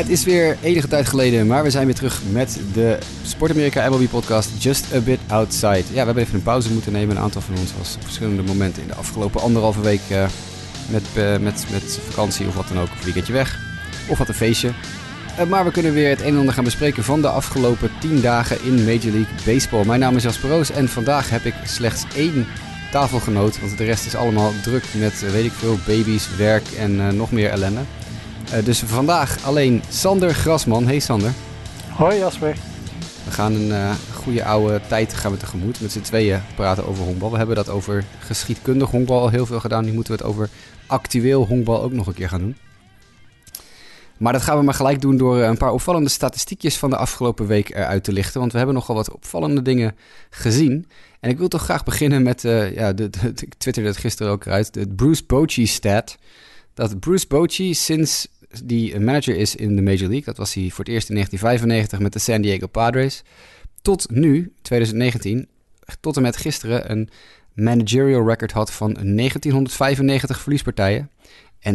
Het is weer enige tijd geleden, maar we zijn weer terug met de Sport Amerika MLB podcast Just a Bit Outside. Ja, we hebben even een pauze moeten nemen. Een aantal van ons was op verschillende momenten in de afgelopen 1,5 week met vakantie of wat dan ook, of een weekendje weg. Of wat een feestje. Maar we kunnen weer het een en ander gaan bespreken van de afgelopen 10 dagen in Major League Baseball. Mijn naam is Jasper Roos en vandaag heb ik slechts 1 tafelgenoot, want de rest is allemaal druk met, weet ik veel, baby's, werk en nog meer ellende. Dus vandaag alleen Sander Grasman. Hey Sander. Hoi Jasper. We gaan een goede oude tijd tegemoet. Met z'n tweeën praten over honkbal. We hebben dat over geschiedkundig honkbal al heel veel gedaan. Nu moeten we het over actueel honkbal ook nog een keer gaan doen. Maar dat gaan we maar gelijk doen door een paar opvallende statistiekjes van de afgelopen week eruit te lichten. Want we hebben nogal wat opvallende dingen gezien. En ik wil toch graag beginnen met, ik twitterde het gisteren ook eruit, de Bruce Bochy stat. Dat Bruce Bochy sinds die manager is in de Major League, dat was hij voor het eerst in 1995 met de San Diego Padres, tot nu, 2019, tot en met gisteren een managerial record had van 1995 verliespartijen en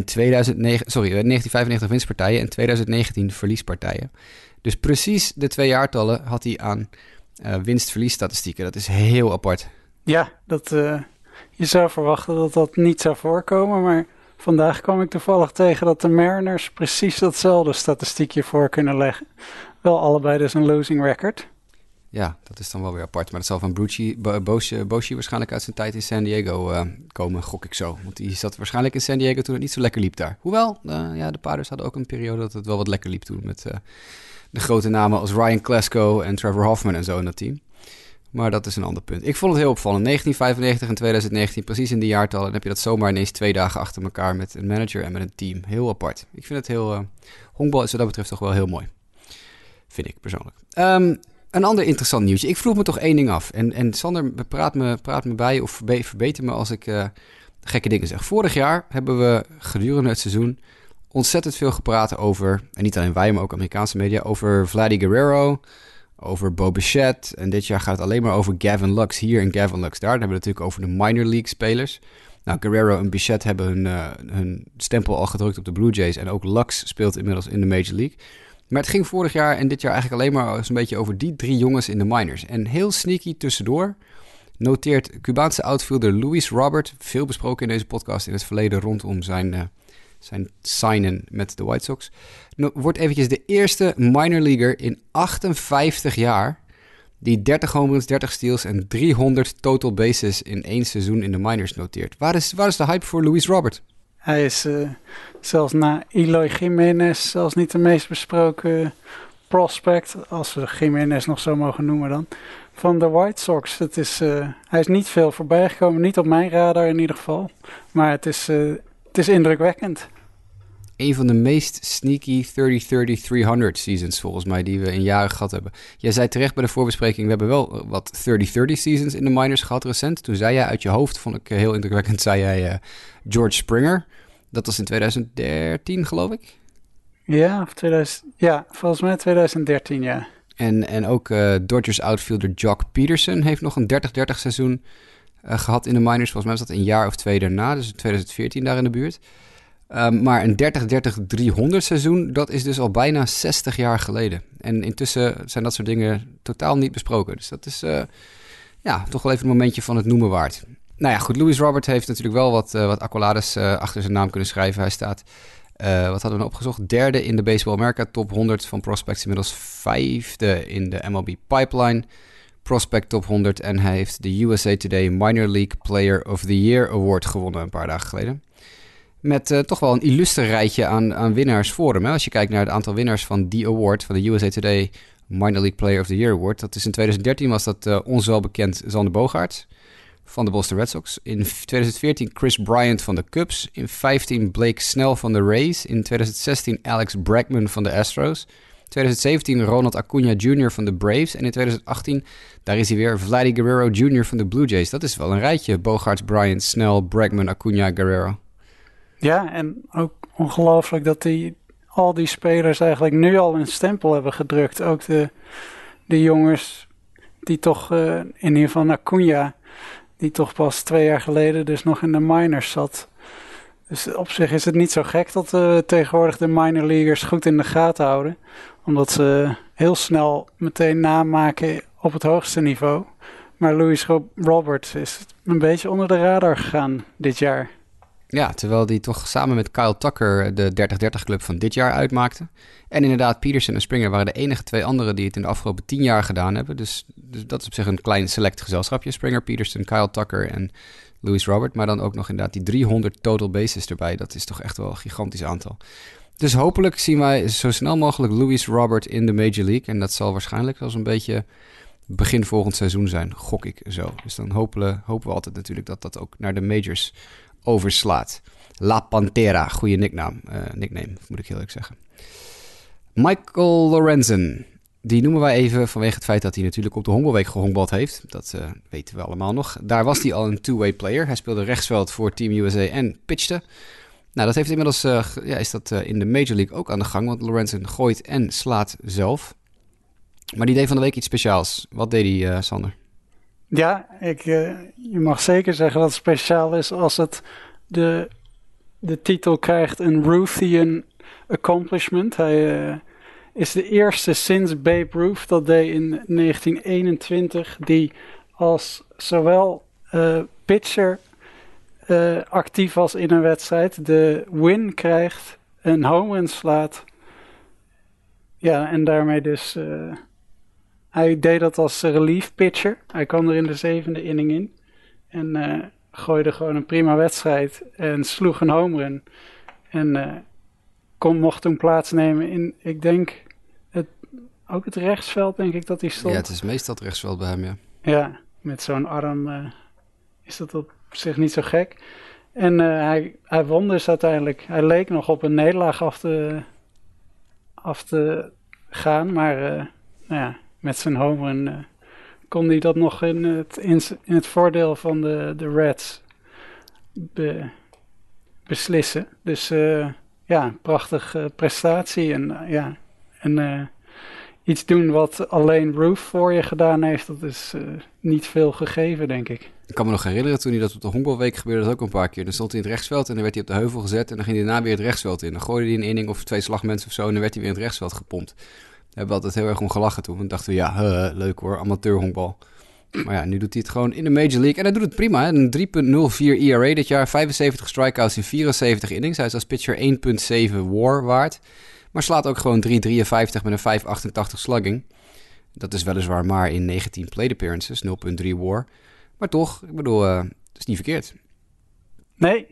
1995 winstpartijen en 2019 verliespartijen. Dus precies de 2 jaartallen had hij aan winst-verliesstatistieken. Dat is heel apart. Ja, je zou verwachten dat dat niet zou voorkomen, maar vandaag kwam ik toevallig tegen dat de Mariners precies datzelfde statistiekje voor kunnen leggen. Wel allebei dus een losing record. Ja, dat is dan wel weer apart. Maar dat zal van Bochy waarschijnlijk uit zijn tijd in San Diego komen, gok ik zo. Want die zat waarschijnlijk in San Diego toen het niet zo lekker liep daar. Hoewel, de Padres hadden ook een periode dat het wel wat lekker liep toen. Met de grote namen als Ryan Klesko en Trevor Hoffman en zo in dat team. Maar dat is een ander punt. Ik vond het heel opvallend. 1995 en 2019, precies in die jaartallen. Dan heb je dat zomaar ineens 2 dagen achter elkaar met een manager en met een team. Heel apart. Ik vind het heel... honkbal is wat dat betreft toch wel heel mooi. Vind ik persoonlijk. Een ander interessant nieuwtje. Ik vroeg me toch 1 ding af. En Sander, praat me bij of verbeter me als ik gekke dingen zeg. Vorig jaar hebben we gedurende het seizoen ontzettend veel gepraat over, en niet alleen wij, maar ook Amerikaanse media, over Vladdy Guerrero, over Bo Bichette. En dit jaar gaat het alleen maar over Gavin Lux hier en Gavin Lux daar. Dan hebben we het natuurlijk over de minor league spelers. Nou, Guerrero en Bichette hebben hun stempel al gedrukt op de Blue Jays. En ook Lux speelt inmiddels in de Major League. Maar het ging vorig jaar en dit jaar eigenlijk alleen maar zo'n beetje over die 3 jongens in de minors. En heel sneaky tussendoor noteert Cubaanse outfielder Luis Robert, veel besproken in deze podcast in het verleden rondom zijn signen met de White Sox, wordt eventjes de eerste minor leaguer in 58 jaar die 30 home runs, 30 steals en 300 total bases in 1 seizoen in de minors noteert. Waar is de hype voor Luis Robert? Hij is zelfs na Eloy Jimenez zelfs niet de meest besproken prospect, als we Jimenez nog zo mogen noemen dan, van de White Sox. Hij is niet veel voorbij gekomen, niet op mijn radar in ieder geval, maar het is indrukwekkend. Een van de meest sneaky 30-30-300 seasons volgens mij die we in jaren gehad hebben. Jij zei terecht bij de voorbespreking, we hebben wel wat 30-30 seasons in de minors gehad recent. Toen zei jij uit je hoofd, vond ik heel indrukwekkend, zei jij George Springer. Dat was in 2013 geloof ik. Ja, volgens mij 2013, ja. En ook Dodgers outfielder Jock Peterson heeft nog een 30-30 seizoen gehad in de minors. Volgens mij was dat een jaar of 2 daarna, dus in 2014 daar in de buurt. Maar een 30-30-300 seizoen, dat is dus al bijna 60 jaar geleden. En intussen zijn dat soort dingen totaal niet besproken. Dus dat is toch wel even een momentje van het noemen waard. Nou ja, goed, Luis Robert heeft natuurlijk wel wat accolades achter zijn naam kunnen schrijven. Hij staat, wat hadden we opgezocht, 3e in de Baseball America top 100 van prospects. Inmiddels 5e in de MLB Pipeline prospect top 100. En hij heeft de USA Today Minor League Player of the Year Award gewonnen een paar dagen geleden. Met toch wel een illuster rijtje aan winnaars voor hem. Hè? Als je kijkt naar het aantal winnaars van die award, van de USA Today Minor League Player of the Year Award. Dat is in 2013 was dat ons wel bekend Xander Bogaerts van de Boston Red Sox. In 2014 Chris Bryant van de Cubs. In 2015 Blake Snell van de Rays. In 2016 Alex Bregman van de Astros. 2017 Ronald Acuna Jr. van de Braves. En in 2018, daar is hij weer, Vladdy Guerrero Jr. van de Blue Jays. Dat is wel een rijtje. Bogaerts, Bryant, Snell, Bregman, Acuna, Guerrero. Ja, en ook ongelooflijk dat al die spelers eigenlijk nu al een stempel hebben gedrukt. Ook de jongens die toch, in ieder geval Acuna, die toch pas 2 jaar geleden dus nog in de minors zat. Dus op zich is het niet zo gek dat tegenwoordig de minor leaguers goed in de gaten houden. Omdat ze heel snel meteen namaken op het hoogste niveau. Maar Luis Robert is een beetje onder de radar gegaan dit jaar. Ja, terwijl die toch samen met Kyle Tucker de 30-30 club van dit jaar uitmaakte. En inderdaad, Peterson en Springer waren de enige 2 anderen die het in de afgelopen 10 jaar gedaan hebben. Dus dat is op zich een klein select gezelschapje. Springer, Peterson, Kyle Tucker en Luis Robert. Maar dan ook nog inderdaad die 300 total bases erbij. Dat is toch echt wel een gigantisch aantal. Dus hopelijk zien wij zo snel mogelijk Luis Robert in de Major League. En dat zal waarschijnlijk wel zo'n beetje begin volgend seizoen zijn, gok ik zo. Dus dan hopen we altijd natuurlijk dat dat ook naar de majors overslaat. La Pantera, goede nickname, moet ik heel eerlijk zeggen. Michael Lorenzen, die noemen wij even vanwege het feit dat hij natuurlijk op de Honkbalweek gehongbald heeft. Dat weten we allemaal nog. Daar was hij al een two-way player. Hij speelde rechtsveld voor Team USA en pitchte. Nou, dat heeft inmiddels is dat in de Major League ook aan de gang, want Lorenzen gooit en slaat zelf. Maar die deed van de week iets speciaals. Wat deed hij, Sander? Ja, je mag zeker zeggen dat het speciaal is als het de titel krijgt een Ruthian accomplishment. Hij is de eerste sinds Babe Ruth, dat deed in 1921, die als zowel pitcher actief was in een wedstrijd, de win krijgt, een home run slaat. Ja, en daarmee dus... Hij deed dat als relief pitcher. Hij kwam er in de 7e inning in. En gooide gewoon een prima wedstrijd. En sloeg een home run. En mocht toen plaatsnemen in, ik denk, ook het rechtsveld, denk ik dat hij stond. Ja, het is meestal het rechtsveld bij hem, ja. Ja, met zo'n arm is dat op zich niet zo gek. En hij won dus uiteindelijk. Hij leek nog op een nederlaag af te gaan. Maar nou ja, met zijn home run kon hij dat nog in het voordeel van de Reds beslissen. Dus ja, prachtige prestatie. En iets doen wat alleen Ruth voor je gedaan heeft, dat is niet veel gegeven, denk ik. Ik kan me nog herinneren, toen hij dat op de honkbalweek gebeurde, dat ook een paar keer. Dan stond hij in het rechtsveld en dan werd hij op de heuvel gezet en dan ging hij daarna weer het rechtsveld in. Dan gooide hij een inning of 2 slagmensen of zo en dan werd hij weer in het rechtsveld gepompt. Daar hebben we altijd heel erg om gelachen toen. En dachten we, ja, leuk hoor, amateurhonkbal. Maar ja, nu doet hij het gewoon in de Major League. En hij doet het prima, hè? Een 3.04 ERA dit jaar, 75 strikeouts in 74 innings. Hij is als pitcher 1.7 WAR waard. Maar slaat ook gewoon 3.53 met een 5.88 slugging. Dat is weliswaar maar in 19 plate appearances, 0.3 WAR. Maar toch, ik bedoel, het is niet verkeerd. Nee,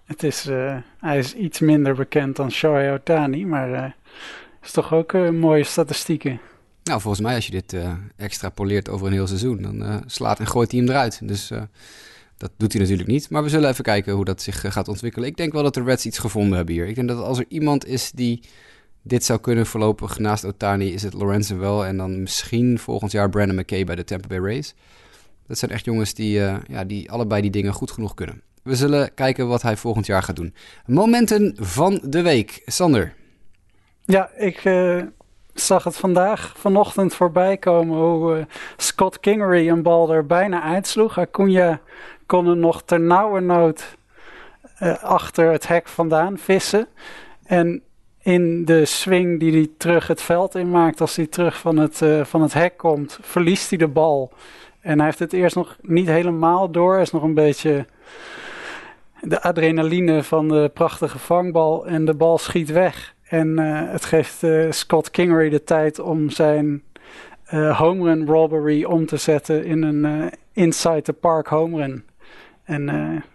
hij is iets minder bekend dan Shohei Ohtani, maar is toch ook mooie statistieken. Nou, volgens mij als je dit extrapoleert over een heel seizoen, dan slaat en gooit hij hem eruit. Dus dat doet hij natuurlijk niet. Maar we zullen even kijken hoe dat zich gaat ontwikkelen. Ik denk wel dat de Reds iets gevonden hebben hier. Ik denk dat als er iemand is die dit zou kunnen voorlopig naast Ohtani, is het Lorenzen wel. En dan misschien volgend jaar Brandon McKay bij de Tampa Bay Rays. Dat zijn echt jongens die allebei die dingen goed genoeg kunnen. We zullen kijken wat hij volgend jaar gaat doen. Momenten van de week. Sander. Ja, ik zag het vanochtend voorbij komen hoe Scott Kingery een bal er bijna uitsloeg. Acuna kon er nog ternauwernood achter het hek vandaan vissen. En in de swing die hij terug het veld in maakt, als hij terug van het hek komt, verliest hij de bal. En hij heeft het eerst nog niet helemaal door. Hij is nog een beetje de adrenaline van de prachtige vangbal en de bal schiet weg. En het geeft Scott Kingery de tijd om zijn home run robbery om te zetten in een inside the park home run. En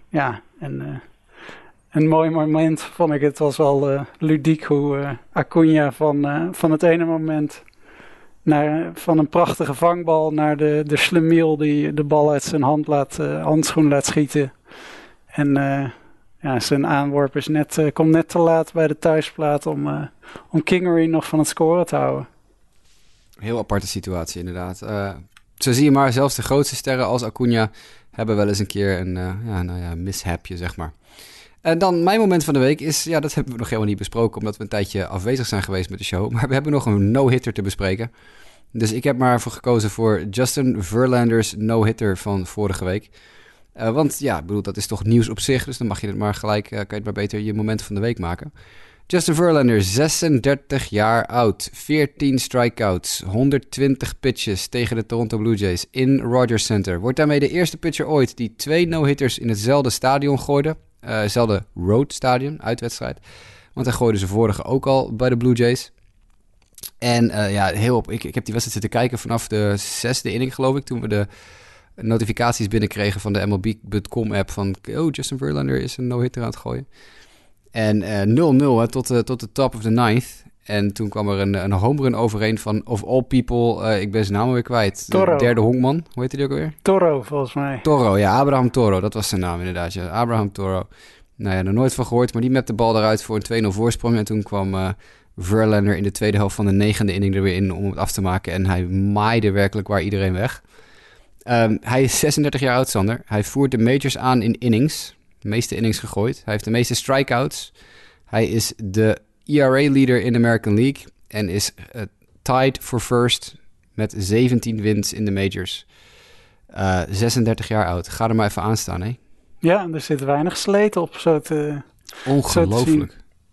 een mooi moment vond ik. Het was wel ludiek hoe Acuna van het ene moment van een prachtige vangbal naar de slemiel die de bal uit zijn handschoen laat schieten. En zijn aanworp komt net te laat bij de thuisplaat om Kingery nog van het scoren te houden. Heel aparte situatie inderdaad. Zo zie je maar, zelfs de grootste sterren als Acuna hebben wel eens een keer een mishapje, zeg maar. En dan mijn moment van de week is, ja, dat hebben we nog helemaal niet besproken, omdat we een tijdje afwezig zijn geweest met de show. Maar we hebben nog een no-hitter te bespreken. Dus ik heb maar voor gekozen voor Justin Verlander's no-hitter van vorige week. Want ja, ik bedoel, dat is toch nieuws op zich. Dus dan mag je het maar gelijk, kan je het maar beter je momenten van de week maken. Justin Verlander, 36 jaar oud, 14 strikeouts, 120 pitches tegen de Toronto Blue Jays in Rogers Center. Wordt daarmee de eerste pitcher ooit die 2 no-hitters in hetzelfde stadion gooide. Hetzelfde road stadion, uitwedstrijd. Want hij gooide ze vorige ook al bij de Blue Jays. En ik heb die wedstrijd zitten kijken vanaf de 6e inning, geloof ik, toen we de notificaties binnenkregen van de MLB.com app van Justin Verlander is een no-hitter aan het gooien. En 0-0 tot de top of the ninth. En toen kwam er een home run overheen van of all people, ik ben zijn naam weer kwijt. Toro. De derde honkman, hoe heet hij ook alweer? Toro, volgens mij. Toro, ja, Abraham Toro, dat was zijn naam inderdaad. Ja. Abraham Toro. Nou ja, er nooit van gehoord, maar die mapte de bal eruit voor een 2-0 voorsprong. En toen kwam Verlander in de tweede helft van de 9e inning er weer in om het af te maken. En hij maaide werkelijk waar iedereen weg. Hij is 36 jaar oud, Sander. Hij voert de majors aan in innings. De meeste innings gegooid. Hij heeft de meeste strikeouts. Hij is de ERA-leader in de American League. En is tied for first met 17 wins in de majors. 36 jaar oud. Ga er maar even aan staan, hè? Ja, er zit weinig sleet op, Ongelooflijk.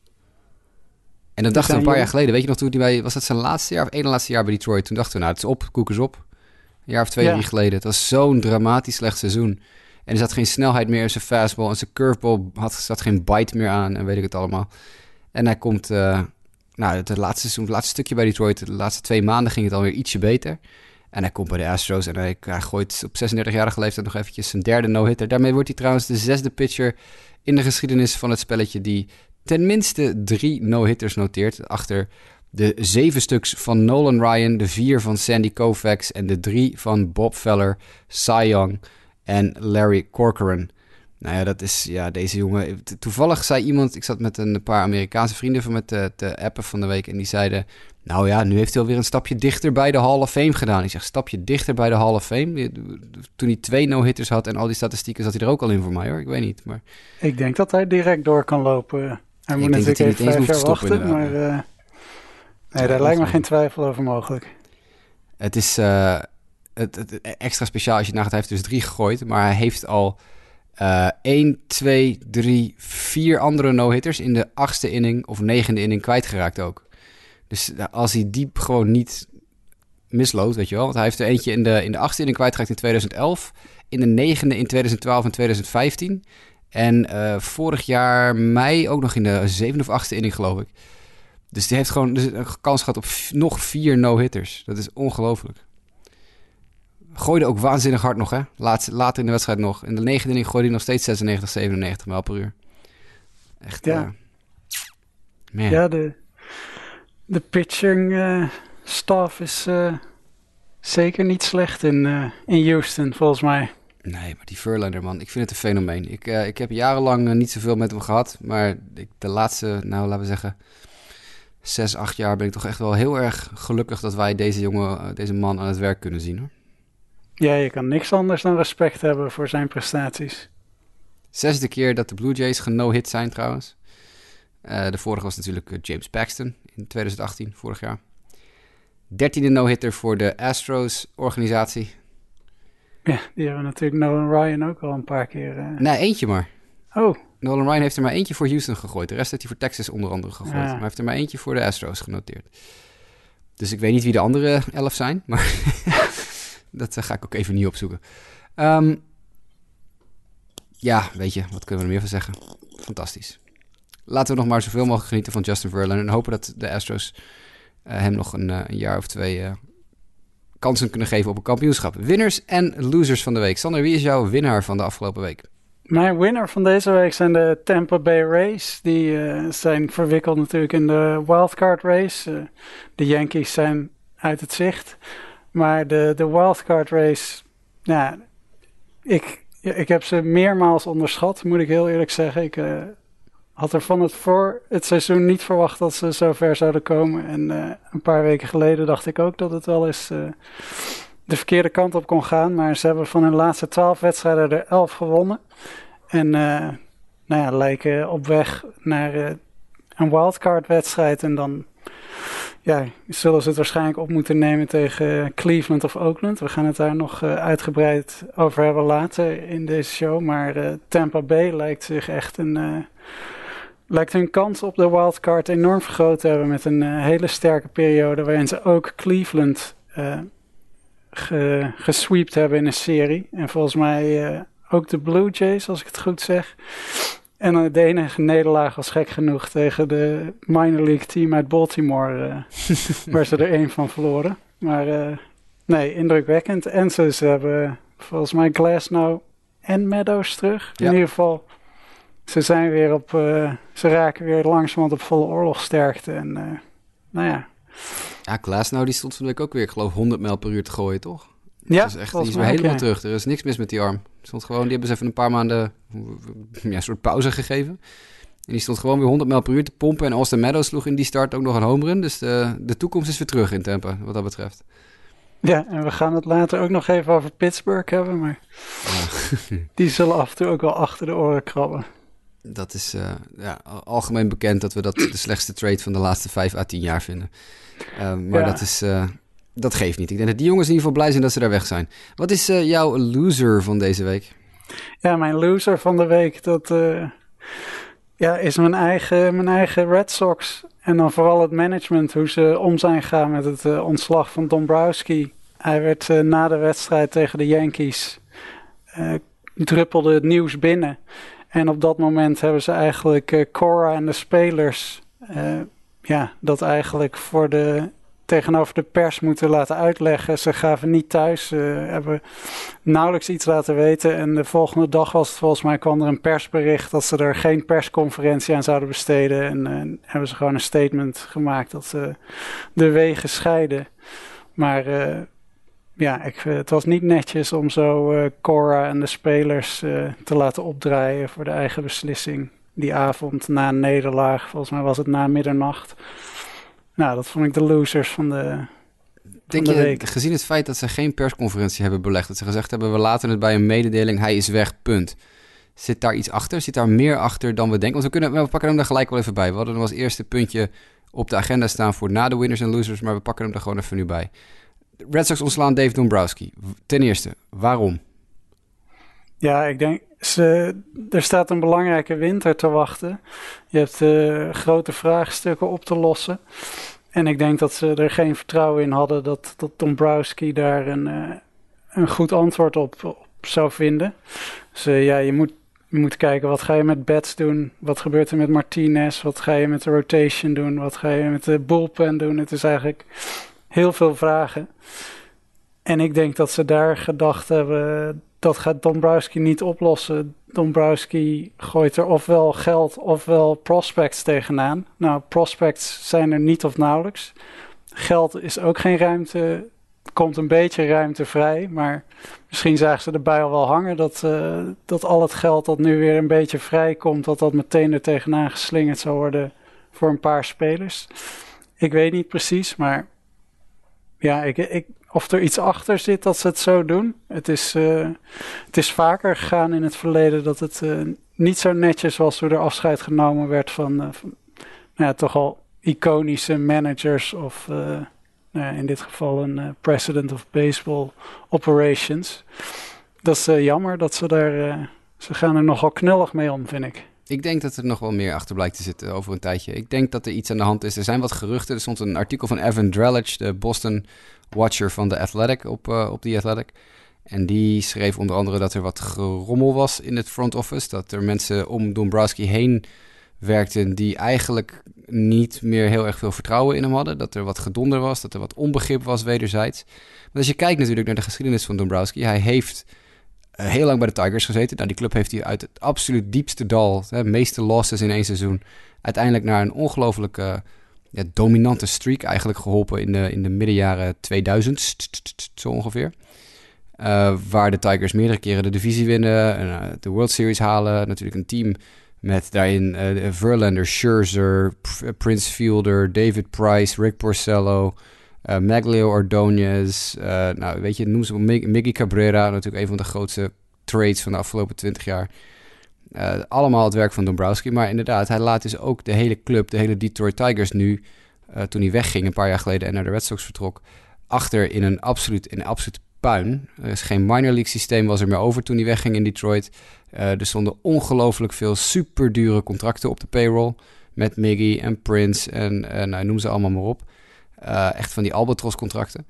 En dat dachten we een paar jaar geleden. Weet je nog, toen was dat zijn laatste jaar of ene laatste jaar bij Detroit? Toen dachten we, nou, het is op, koek is op. Een jaar of 2, 3 geleden. Het was zo'n dramatisch slecht seizoen. En er zat geen snelheid meer in zijn fastball. En zijn curveball zat geen bite meer aan. En weet ik het allemaal. En hij komt... het laatste seizoen, het laatste stukje bij Detroit... de laatste 2 maanden ging het alweer ietsje beter. En hij komt bij de Astros... en hij gooit op 36-jarige leeftijd nog eventjes zijn derde no-hitter. Daarmee wordt hij trouwens de 6e pitcher... in de geschiedenis van het spelletje... die tenminste 3 no-hitters noteert... achter de 7 stuks van Nolan Ryan... de 4 van Sandy Koufax... en de 3 van Bob Feller, Cy Young... en Larry Corcoran. Nou ja, dat is... Ja, deze jongen... Toevallig zei iemand... Ik zat met een paar Amerikaanse vrienden van met te appen van de week... en die zeiden... Nou ja, nu heeft hij alweer een stapje dichter bij de Hall of Fame gedaan. Ik zeg, stapje dichter bij de Hall of Fame? Toen hij 2 no-hitters had en al die statistieken... zat hij er ook al in voor mij, hoor. Ik weet niet, maar... Ik denk dat hij direct door kan lopen. Hij moet natuurlijk even 5 jaar wachten, maar... nee, daar lijkt me geen twijfel over mogelijk. Het is... Het extra speciaal als je nagaat, hij heeft dus 3 gegooid, maar hij heeft al 1, 2, 3, 4 andere no-hitters in de 8e inning of 9e inning kwijtgeraakt ook. Dus als hij die gewoon niet misloopt, weet je wel, want hij heeft er eentje in de 8e inning kwijtgeraakt in 2011, in de 9e in 2012 en 2015 en vorig jaar mei ook nog in de 7e of 8e inning, geloof ik. Dus die heeft gewoon een kans gehad op nog 4 no-hitters. Dat is ongelooflijk. Gooide ook waanzinnig hard nog, hè? Later in de wedstrijd nog. In de 9e inning gooide hij nog steeds 96, 97 mijl per uur. Echt, ja. Man. Ja, de pitching staff is zeker niet slecht in Houston, volgens mij. Nee, maar die Verlander, man, ik vind het een fenomeen. Ik heb jarenlang niet zoveel met hem gehad, maar de laatste, nou, laten we zeggen... 6, 8 jaar ben ik toch echt wel heel erg gelukkig... dat wij deze man aan het werk kunnen zien, hoor. Ja, je kan niks anders dan respect hebben voor zijn prestaties. 6e keer dat de Blue Jays geno-hit zijn trouwens. De vorige was natuurlijk James Paxton in 2018, vorig jaar. 13e no-hitter voor de Astros-organisatie. Ja, die hebben natuurlijk Nolan Ryan ook al een paar keer... Nee, eentje maar. Oh. Nolan Ryan heeft er maar eentje voor Houston gegooid. De rest heeft hij voor Texas onder andere gegooid. Ja. Maar hij heeft er maar eentje voor de Astros genoteerd. Dus ik weet niet wie de andere 11 zijn, maar... Dat ga ik ook even niet opzoeken. Ja, weet je, wat kunnen we er meer van zeggen? Fantastisch. Laten we nog maar zoveel mogelijk genieten van Justin Verlander... en hopen dat de Astros hem nog een jaar of 2 kansen kunnen geven op een kampioenschap. Winners en losers van de week. Sander, wie is jouw winnaar van de afgelopen week? Mijn winnaar van deze week zijn de Tampa Bay Rays. Die zijn verwikkeld natuurlijk in de wildcard race. De Yankees zijn uit het zicht... Maar de wildcard race, ja, ik heb ze meermaals onderschat, moet ik heel eerlijk zeggen. Ik had er voor het seizoen niet verwacht dat ze zo ver zouden komen. En een paar weken geleden dacht ik ook dat het wel eens de verkeerde kant op kon gaan. Maar ze hebben van hun laatste 12 wedstrijden er 11 gewonnen. En lijken op weg naar een wildcard wedstrijd. En dan... zullen ze het waarschijnlijk op moeten nemen tegen Cleveland of Oakland. We gaan het daar nog uitgebreid over hebben later in deze show. Maar Tampa Bay lijkt hun kans op de wildcard enorm vergroot te hebben met een hele sterke periode waarin ze ook Cleveland gesweept hebben in een serie. En volgens mij ook de Blue Jays, als ik het goed zeg. En de enige nederlaag was gek genoeg tegen de minor league team uit Baltimore, waar ze er 1 van verloren. Maar nee, indrukwekkend. En ze hebben volgens mij Glasnow en Meadows terug. Ja. In ieder geval, ze zijn weer ze raken weer langzamerhand op volle oorlogsterkte. En nou ja. Ja, Glasnow die stond van de week ook weer, ik geloof 100 mijl per uur te gooien, toch? Ja, dat is echt, die is weer helemaal terug. Er is niks mis met die arm. Die hebben ze even een paar maanden een soort pauze gegeven. En die stond gewoon weer 100 mijl per uur te pompen. En Austin Meadows sloeg in die start ook nog een home run. Dus de toekomst is weer terug in Tampa, wat dat betreft. Ja, en we gaan het later ook nog even over Pittsburgh hebben. Maar die zullen af en toe ook wel achter de oren krabben. Dat is algemeen bekend dat we dat de slechtste trade van de laatste 5 à 10 jaar vinden. Maar dat geeft niet. Ik denk dat die jongens in ieder geval blij zijn dat ze daar weg zijn. Wat is jouw loser van deze week? Ja, mijn loser van de week, dat is mijn eigen Red Sox. En dan vooral het management, hoe ze om zijn gegaan met het ontslag van Dombrowski. Hij werd na de wedstrijd tegen de Yankees, druppelde het nieuws binnen. En op dat moment hebben ze eigenlijk Cora en de spelers dat eigenlijk tegenover de pers moeten laten uitleggen. Ze gaven niet thuis, ze hebben nauwelijks iets laten weten. En de volgende dag kwam er een persbericht dat ze er geen persconferentie aan zouden besteden. En hebben ze gewoon een statement gemaakt dat ze de wegen scheiden. Maar het was niet netjes om zo Cora en de spelers te laten opdraaien voor de eigen beslissing. Die avond na een nederlaag, volgens mij was het na middernacht. Nou, dat vond ik de losers van de week. Gezien het feit dat ze geen persconferentie hebben belegd, dat ze gezegd hebben, we laten het bij een mededeling, hij is weg, punt. Zit daar iets achter? Zit daar meer achter dan we denken? Want we pakken hem daar gelijk wel even bij. We hadden hem als eerste puntje op de agenda staan voor na de winners en losers, maar we pakken hem er gewoon even nu bij. Red Sox ontslaan Dave Dombrowski. Ten eerste, waarom? Ja, ik denk, er staat een belangrijke winter te wachten. Je hebt grote vraagstukken op te lossen. En ik denk dat ze er geen vertrouwen in hadden dat Dombrowski daar een goed antwoord op zou vinden. Dus je moet kijken, wat ga je met bats doen? Wat gebeurt er met Martinez? Wat ga je met de rotation doen? Wat ga je met de bullpen doen? Het is eigenlijk heel veel vragen. En ik denk dat ze daar gedacht hebben, dat gaat Dombrowski niet oplossen. Dombrowski gooit er ofwel geld ofwel prospects tegenaan. Nou, prospects zijn er niet of nauwelijks. Geld is ook geen ruimte, komt een beetje ruimte vrij. Maar misschien zagen ze erbij al wel hangen dat al het geld dat nu weer een beetje vrij komt, dat meteen er tegenaan geslingerd zou worden voor een paar spelers. Ik weet niet precies, maar ja, of er iets achter zit dat ze het zo doen. Het is vaker gegaan in het verleden dat het niet zo netjes was toen er afscheid genomen werd van toch al iconische managers of in dit geval een president of baseball operations. Dat is jammer dat ze gaan er nogal knullig mee om, vind ik. Ik denk dat er nog wel meer achter blijkt te zitten over een tijdje. Ik denk dat er iets aan de hand is. Er zijn wat geruchten. Er stond een artikel van Evan Drellich, de Boston Watcher van The Athletic, op The Athletic. En die schreef onder andere dat er wat gerommel was in het front office. Dat er mensen om Dombrowski heen werkten die eigenlijk niet meer heel erg veel vertrouwen in hem hadden. Dat er wat gedonder was, dat er wat onbegrip was wederzijds. Maar als je kijkt natuurlijk naar de geschiedenis van Dombrowski, hij heeft heel lang bij de Tigers gezeten. Nou, die club heeft hij uit het absoluut diepste dal, meeste losses in 1 seizoen, uiteindelijk naar een ongelooflijke dominante streak eigenlijk geholpen in de middenjaren 2000, zo ongeveer. Waar de Tigers meerdere keren de divisie winnen, de World Series halen. Natuurlijk een team met daarin Verlander, Scherzer, Prince Fielder, David Price, Rick Porcello, Maglio Ordonez, noem ze maar, Miggy Cabrera, natuurlijk een van de grootste trades van de afgelopen 20 jaar. Allemaal het werk van Dombrowski, maar inderdaad, hij laat dus ook de hele club, de hele Detroit Tigers nu, toen hij wegging een paar jaar geleden en naar de Red Sox vertrok, achter in een absoluut puin. Er is geen minor league systeem was er meer over toen hij wegging in Detroit. Er stonden ongelooflijk veel superdure contracten op de payroll met Miggy en Prince en noem ze allemaal maar op. Echt van die Albatros-contracten.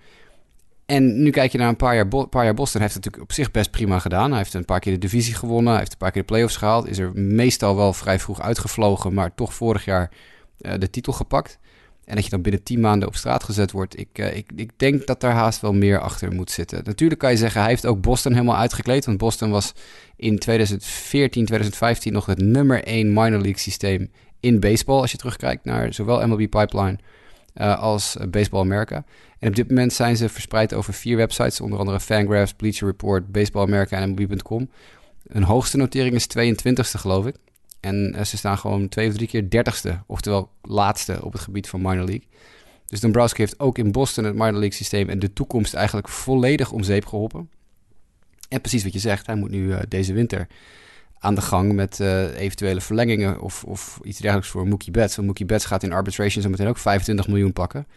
En nu kijk je naar een paar jaar Boston. Hij heeft het natuurlijk op zich best prima gedaan. Hij heeft een paar keer de divisie gewonnen. Hij heeft een paar keer de playoffs gehaald. Is er meestal wel vrij vroeg uitgevlogen, maar toch vorig jaar de titel gepakt. En dat je dan binnen 10 maanden op straat gezet wordt. Ik denk dat daar haast wel meer achter moet zitten. Natuurlijk kan je zeggen, hij heeft ook Boston helemaal uitgekleed. Want Boston was in 2014, 2015 nog het nummer 1 minor league systeem in baseball. Als je terugkijkt naar zowel MLB Pipeline als Baseball America. En op dit moment zijn ze verspreid over 4 websites. Onder andere Fangraphs, Bleacher Report, Baseball America en MLB.com. Hun hoogste notering is 22e geloof ik. En ze staan gewoon 2 of 3 keer 30ste. Oftewel laatste op het gebied van minor league. Dus Dombrowski heeft ook in Boston het minor league systeem en de toekomst eigenlijk volledig om zeep geholpen. En precies wat je zegt, hij moet nu deze winter aan de gang met eventuele verlengingen of iets dergelijks voor Mookie Betts. Want Mookie Betts gaat in arbitration zo meteen ook 25 miljoen pakken.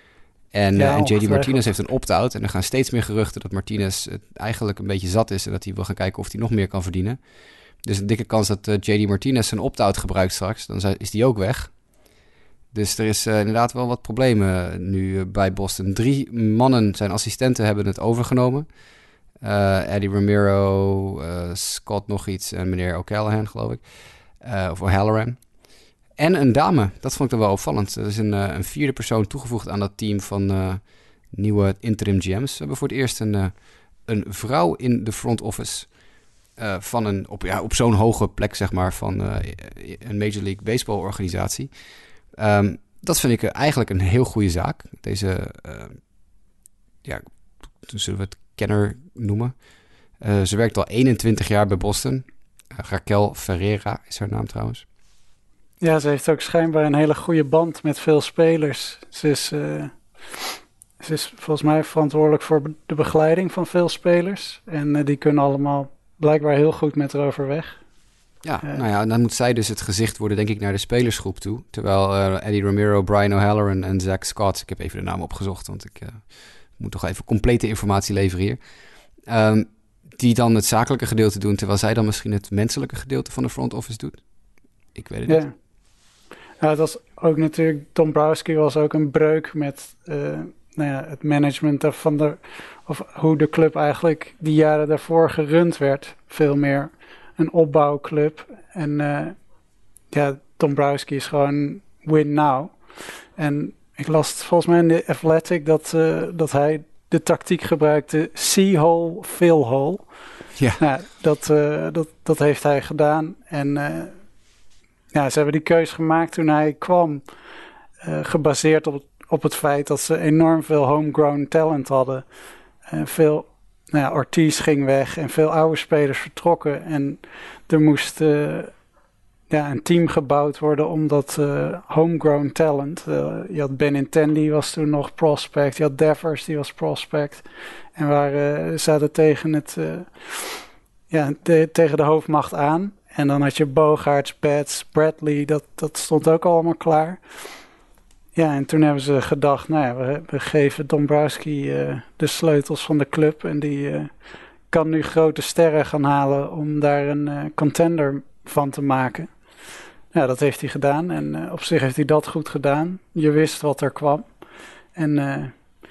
En JD Martinez heeft een opt-out. En er gaan steeds meer geruchten dat Martinez eigenlijk een beetje zat is en dat hij wil gaan kijken of hij nog meer kan verdienen. Dus een dikke kans dat JD Martinez zijn opt-out gebruikt straks. Dan is die ook weg. Dus er is inderdaad wel wat problemen nu bij Boston. 3 mannen, zijn assistenten, hebben het overgenomen. Eddie Romero, Scott nog iets en meneer O'Callaghan, geloof ik. Of O'Halloran. En een dame, dat vond ik dan wel opvallend. Er is een 4e persoon toegevoegd aan dat team van nieuwe interim GM's. We hebben voor het eerst een vrouw in de front office van op zo'n hoge plek, zeg maar, van een Major League Baseball organisatie. Dat vind ik eigenlijk een heel goede zaak. Deze, zullen we het kenner noemen. Ze werkt al 21 jaar bij Boston. Raquel Ferreira is haar naam trouwens. Ja, ze heeft ook schijnbaar een hele goede band met veel spelers. Ze is volgens mij verantwoordelijk voor de begeleiding van veel spelers. En die kunnen allemaal blijkbaar heel goed met haar overweg. Ja, dan moet zij dus het gezicht worden, denk ik, naar de spelersgroep toe. Terwijl Eddie Romero, Brian O'Halloran en Zach Scott, ik heb even de naam opgezocht, want ik moet toch even complete informatie leveren hier. Die dan het zakelijke gedeelte doen, terwijl zij dan misschien het menselijke gedeelte van de front office doet. Ik weet het niet. Ja, dat was ook natuurlijk, Dombrowski was ook een breuk met het management of hoe de club eigenlijk die jaren daarvoor gerund werd. Veel meer een opbouwclub. En Dombrowski is gewoon win now. En ik las het volgens mij in de Athletic dat hij de tactiek gebruikte see-hole, fill-hole. Ja. Dat heeft hij gedaan. En ze hebben die keus gemaakt toen hij kwam. Gebaseerd op het feit dat ze enorm veel homegrown talent hadden. Ortiz ging weg en veel oude spelers vertrokken. En er moest een team gebouwd worden om dat homegrown talent. Je had Benintendi, was toen nog prospect. Je had Devers, die was prospect. En zaten tegen tegen de hoofdmacht aan. En dan had je Bogaerts, Betts, Bradley, dat stond ook allemaal klaar. Ja, en toen hebben ze gedacht, we geven Dombrowski de sleutels van de club. En die kan nu grote sterren gaan halen om daar een contender van te maken. Ja, dat heeft hij gedaan. En op zich heeft hij dat goed gedaan. Je wist wat er kwam. En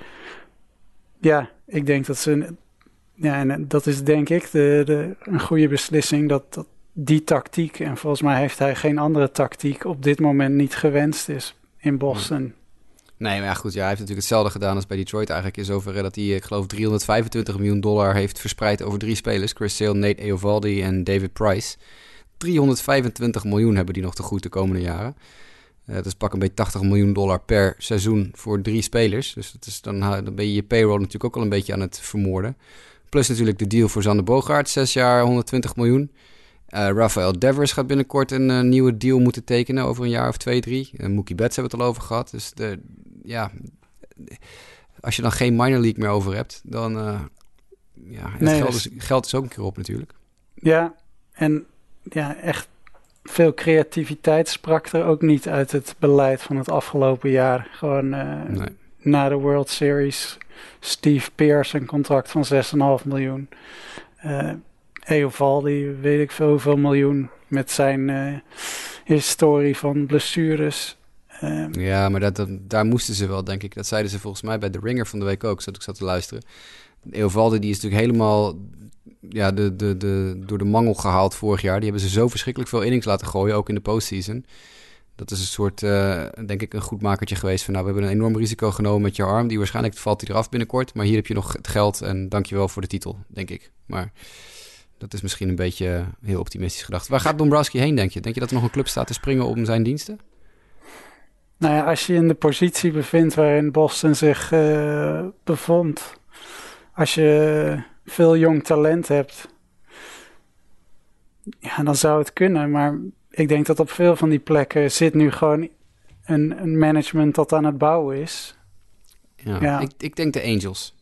ik denk dat ze... Ja, en dat is denk ik een goede beslissing dat die tactiek, en volgens mij heeft hij geen andere tactiek op dit moment niet gewenst is in Boston. Nee, maar ja, goed, hij heeft natuurlijk hetzelfde gedaan als bij Detroit eigenlijk. In zoverre dat hij, ik geloof, $325 miljoen heeft verspreid over 3 spelers. Chris Sale, Nate Eovaldi en David Price. 325 miljoen hebben die nog te goed de komende jaren. Dat is pak een beetje $80 miljoen per seizoen voor 3 spelers. Dus dat is dan ben je payroll natuurlijk ook al een beetje aan het vermoorden. Plus natuurlijk de deal voor Xander Bogaerts, 6 jaar, $120 miljoen. Rafael Devers gaat binnenkort een nieuwe deal moeten tekenen over een jaar of 2, 3. Mookie Betts hebben we het al over gehad. Dus als je dan geen minor league meer over hebt, dan het geld is ook een keer op natuurlijk. Ja, en echt veel creativiteit sprak er ook niet uit het beleid van het afgelopen jaar. Gewoon Nee. na de World Series, Steve Pearce een contract van 6,5 miljoen. Eovaldi, weet ik veel hoeveel miljoen, met zijn historie van blessures. Ja, maar daar moesten ze wel, denk ik. Dat zeiden ze volgens mij bij The Ringer van de week ook, zodat ik zat te luisteren. Eovaldi, die is natuurlijk helemaal door de mangel gehaald vorig jaar. Die hebben ze zo verschrikkelijk veel innings laten gooien, ook in de postseason. Dat is een soort, denk ik, een goed makertje geweest van... nou, we hebben een enorm risico genomen met je arm. Die waarschijnlijk valt hij eraf binnenkort. Maar hier heb je nog het geld en dankjewel voor de titel, denk ik. Maar dat is misschien een beetje heel optimistisch gedacht. Waar gaat Dombrowski heen, denk je? Denk je dat er nog een club staat te springen om zijn diensten? Nou ja, als je in de positie bevindt waarin Boston zich bevond... als je veel jong talent hebt... ja, dan zou het kunnen, maar... ik denk dat op veel van die plekken zit nu gewoon een management dat aan het bouwen is. Ja. Ik denk de Angels.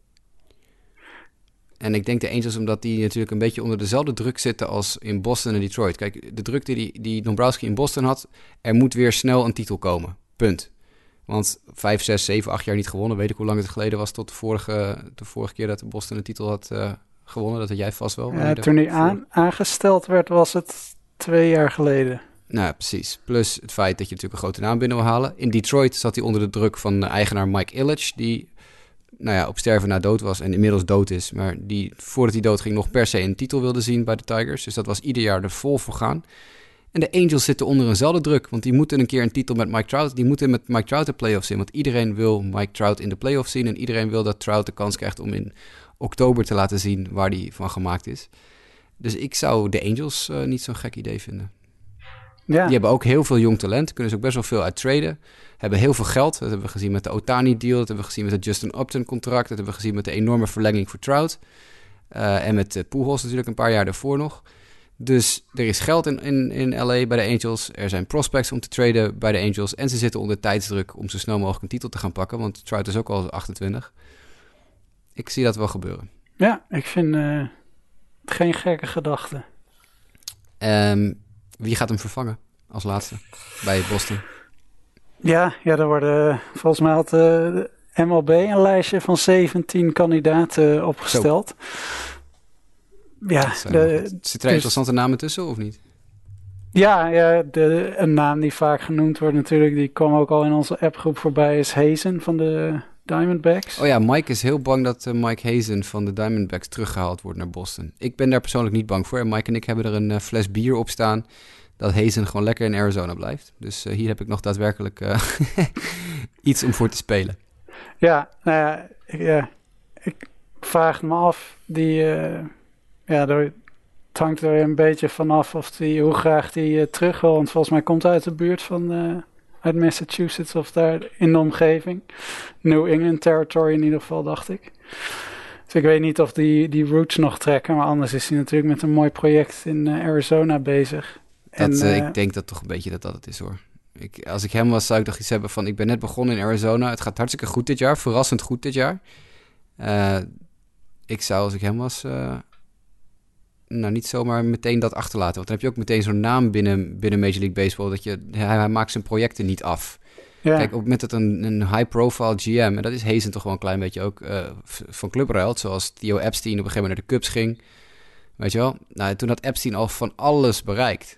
En ik denk de Angels omdat die natuurlijk een beetje onder dezelfde druk zitten als in Boston en Detroit. Kijk, de druk die Dombrowski in Boston had, er moet weer snel een titel komen. Punt. Want 5, 6, 7, 8 jaar niet gewonnen. Weet ik hoe lang het geleden was tot de vorige keer dat Boston een titel had gewonnen. Dat had jij vast wel. Toen hij aangesteld werd, was het 2 jaar geleden. Nou ja, precies. Plus het feit dat je natuurlijk een grote naam binnen wil halen. In Detroit zat hij onder de druk van eigenaar Mike Ilitch, die op sterven na dood was en inmiddels dood is. Maar die, voordat hij dood ging, nog per se een titel wilde zien bij de Tigers. Dus dat was ieder jaar er vol voor gaan. En de Angels zitten onder eenzelfde druk, want die moeten een keer een titel met Mike Trout. Die moeten met Mike Trout de playoffs in, want iedereen wil Mike Trout in de playoffs zien. En iedereen wil dat Trout de kans krijgt om in oktober te laten zien waar die van gemaakt is. Dus ik zou de Angels niet zo'n gek idee vinden. Ja. Die hebben ook heel veel jong talent. Kunnen ze ook best wel veel uit traden. Hebben heel veel geld. Dat hebben we gezien met de Ohtani-deal. Dat hebben we gezien met het Justin Upton-contract. Dat hebben we gezien met de enorme verlenging voor Trout. En met Pujols natuurlijk een paar jaar daarvoor nog. Dus er is geld in LA bij de Angels. Er zijn prospects om te traden bij de Angels. En ze zitten onder tijdsdruk om zo snel mogelijk een titel te gaan pakken. Want Trout is ook al 28. Ik zie dat wel gebeuren. Ja, ik vind het geen gekke gedachte. Wie gaat hem vervangen als laatste bij Boston? Ja, er worden volgens mij had de MLB een lijstje van 17 kandidaten opgesteld. Zo. Ja, zit er interessante namen tussen of niet? Ja, een naam die vaak genoemd wordt natuurlijk, die kwam ook al in onze appgroep voorbij, is Hazen van de Diamondbacks. Oh ja, Mike is heel bang dat Mike Hazen van de Diamondbacks teruggehaald wordt naar Boston. Ik ben daar persoonlijk niet bang voor. En Mike en ik hebben er een fles bier op staan dat Hazen gewoon lekker in Arizona blijft. Dus hier heb ik nog daadwerkelijk iets om voor te spelen. Ja, nou ja, ik vraag me af, het hangt er een beetje vanaf hoe graag die terug wil. Want volgens mij komt hij uit de buurt van uit Massachusetts of daar in de omgeving. New England territory in ieder geval, dacht ik. Dus ik weet niet of die roots nog trekken. Maar anders is hij natuurlijk met een mooi project in Arizona bezig. Ik denk dat toch een beetje dat het is, hoor. Als ik hem was, zou ik toch iets hebben van... ik ben net begonnen in Arizona. Het gaat hartstikke goed dit jaar. Verrassend goed dit jaar. Ik zou, als ik hem was... niet zomaar meteen dat achterlaten. Want dan heb je ook meteen zo'n naam binnen Major League Baseball... dat hij maakt zijn projecten niet af. Ja. Kijk, op het moment dat een high-profile GM... en dat is Hazen toch wel een klein beetje ook van clubruil... zoals Theo Epstein op een gegeven moment naar de Cubs ging. Weet je wel? Nou, toen had Epstein al van alles bereikt.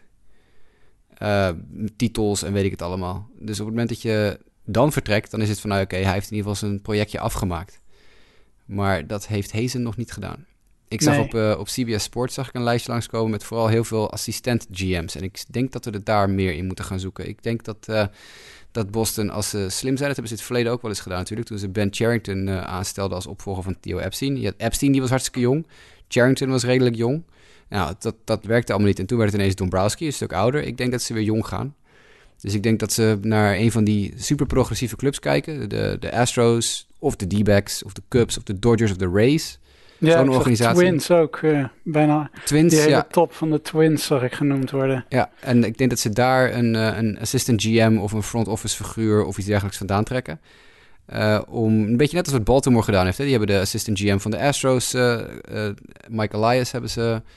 Titels en weet ik het allemaal. Dus op het moment dat je dan vertrekt... dan is het van, oké, hij heeft in ieder geval zijn projectje afgemaakt. Maar dat heeft Hazen nog niet gedaan. Ik zag op CBS Sports zag ik een lijstje langskomen met vooral heel veel assistent GM's. En ik denk dat we er daar meer in moeten gaan zoeken. Ik denk dat Boston, als ze slim zijn, dat hebben ze in het verleden ook wel eens gedaan natuurlijk. Toen ze Ben Cherington aanstelden als opvolger van Theo Epstein. Je had Epstein, die was hartstikke jong. Cherington was redelijk jong. Nou, dat werkte allemaal niet. En toen werd het ineens Dombrowski, een stuk ouder. Ik denk dat ze weer jong gaan. Dus ik denk dat ze naar een van die super progressieve clubs kijken. De Astros, of de D-backs, of de Cubs, of de Dodgers, of de Rays. Ja, zo'n organisatie. Twins ook bijna. Twins, die hele top van de Twins zag ik genoemd worden. Ja, en ik denk dat ze daar een assistant GM of een front office figuur of iets dergelijks vandaan trekken. Om een beetje net als wat Baltimore gedaan heeft. Hè? Die hebben de assistant GM van de Astros, Mike Elias, hebben ze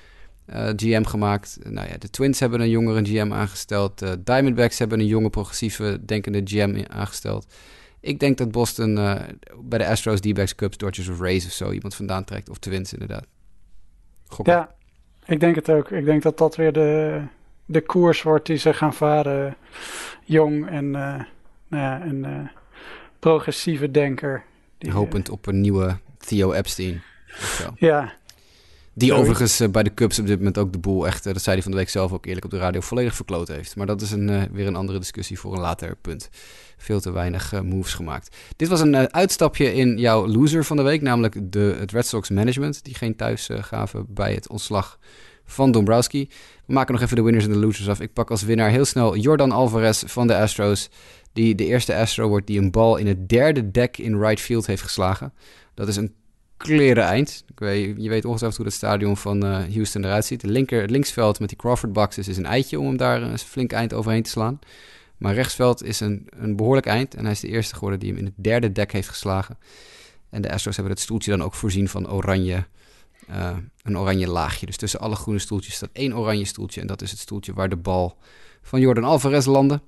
GM gemaakt. De Twins hebben een jongere GM aangesteld. De Diamondbacks hebben een jonge, progressieve, denkende GM aangesteld. Ik denk dat Boston bij de Astros, D-backs, Cubs, Dodgers of Rays of zo iemand vandaan trekt. Of Twins inderdaad. Gokken. Ja, ik denk het ook. Ik denk dat dat weer de koers wordt die ze gaan varen. Jong en een progressieve denker. Hopend op een nieuwe Theo Epstein. Of zo. Ja. Die overigens bij de Cubs op dit moment ook de boel echt, dat zei hij van de week zelf ook eerlijk op de radio, volledig verkloot heeft. Maar dat is weer een andere discussie voor een later punt. Veel te weinig moves gemaakt. Dit was een uitstapje in jouw loser van de week, namelijk het Red Sox management, die geen thuis gaven bij het ontslag van Dombrowski. We maken nog even de winners en de losers af. Ik pak als winnaar heel snel Jordan Alvarez van de Astros, die de eerste Astro wordt die een bal in het derde dek in right field heeft geslagen. Dat is een kleren eind. Je weet ongetwijfeld hoe het stadion van Houston eruit ziet. Het linksveld met die Crawford boxes is een eitje om hem daar een flink eind overheen te slaan. Maar rechtsveld is een behoorlijk eind. En hij is de eerste geworden die hem in het derde dek heeft geslagen. En de Astros hebben het stoeltje dan ook voorzien van een oranje laagje. Dus tussen alle groene stoeltjes staat 1 oranje stoeltje. En dat is het stoeltje waar de bal van Jordan Alvarez landde.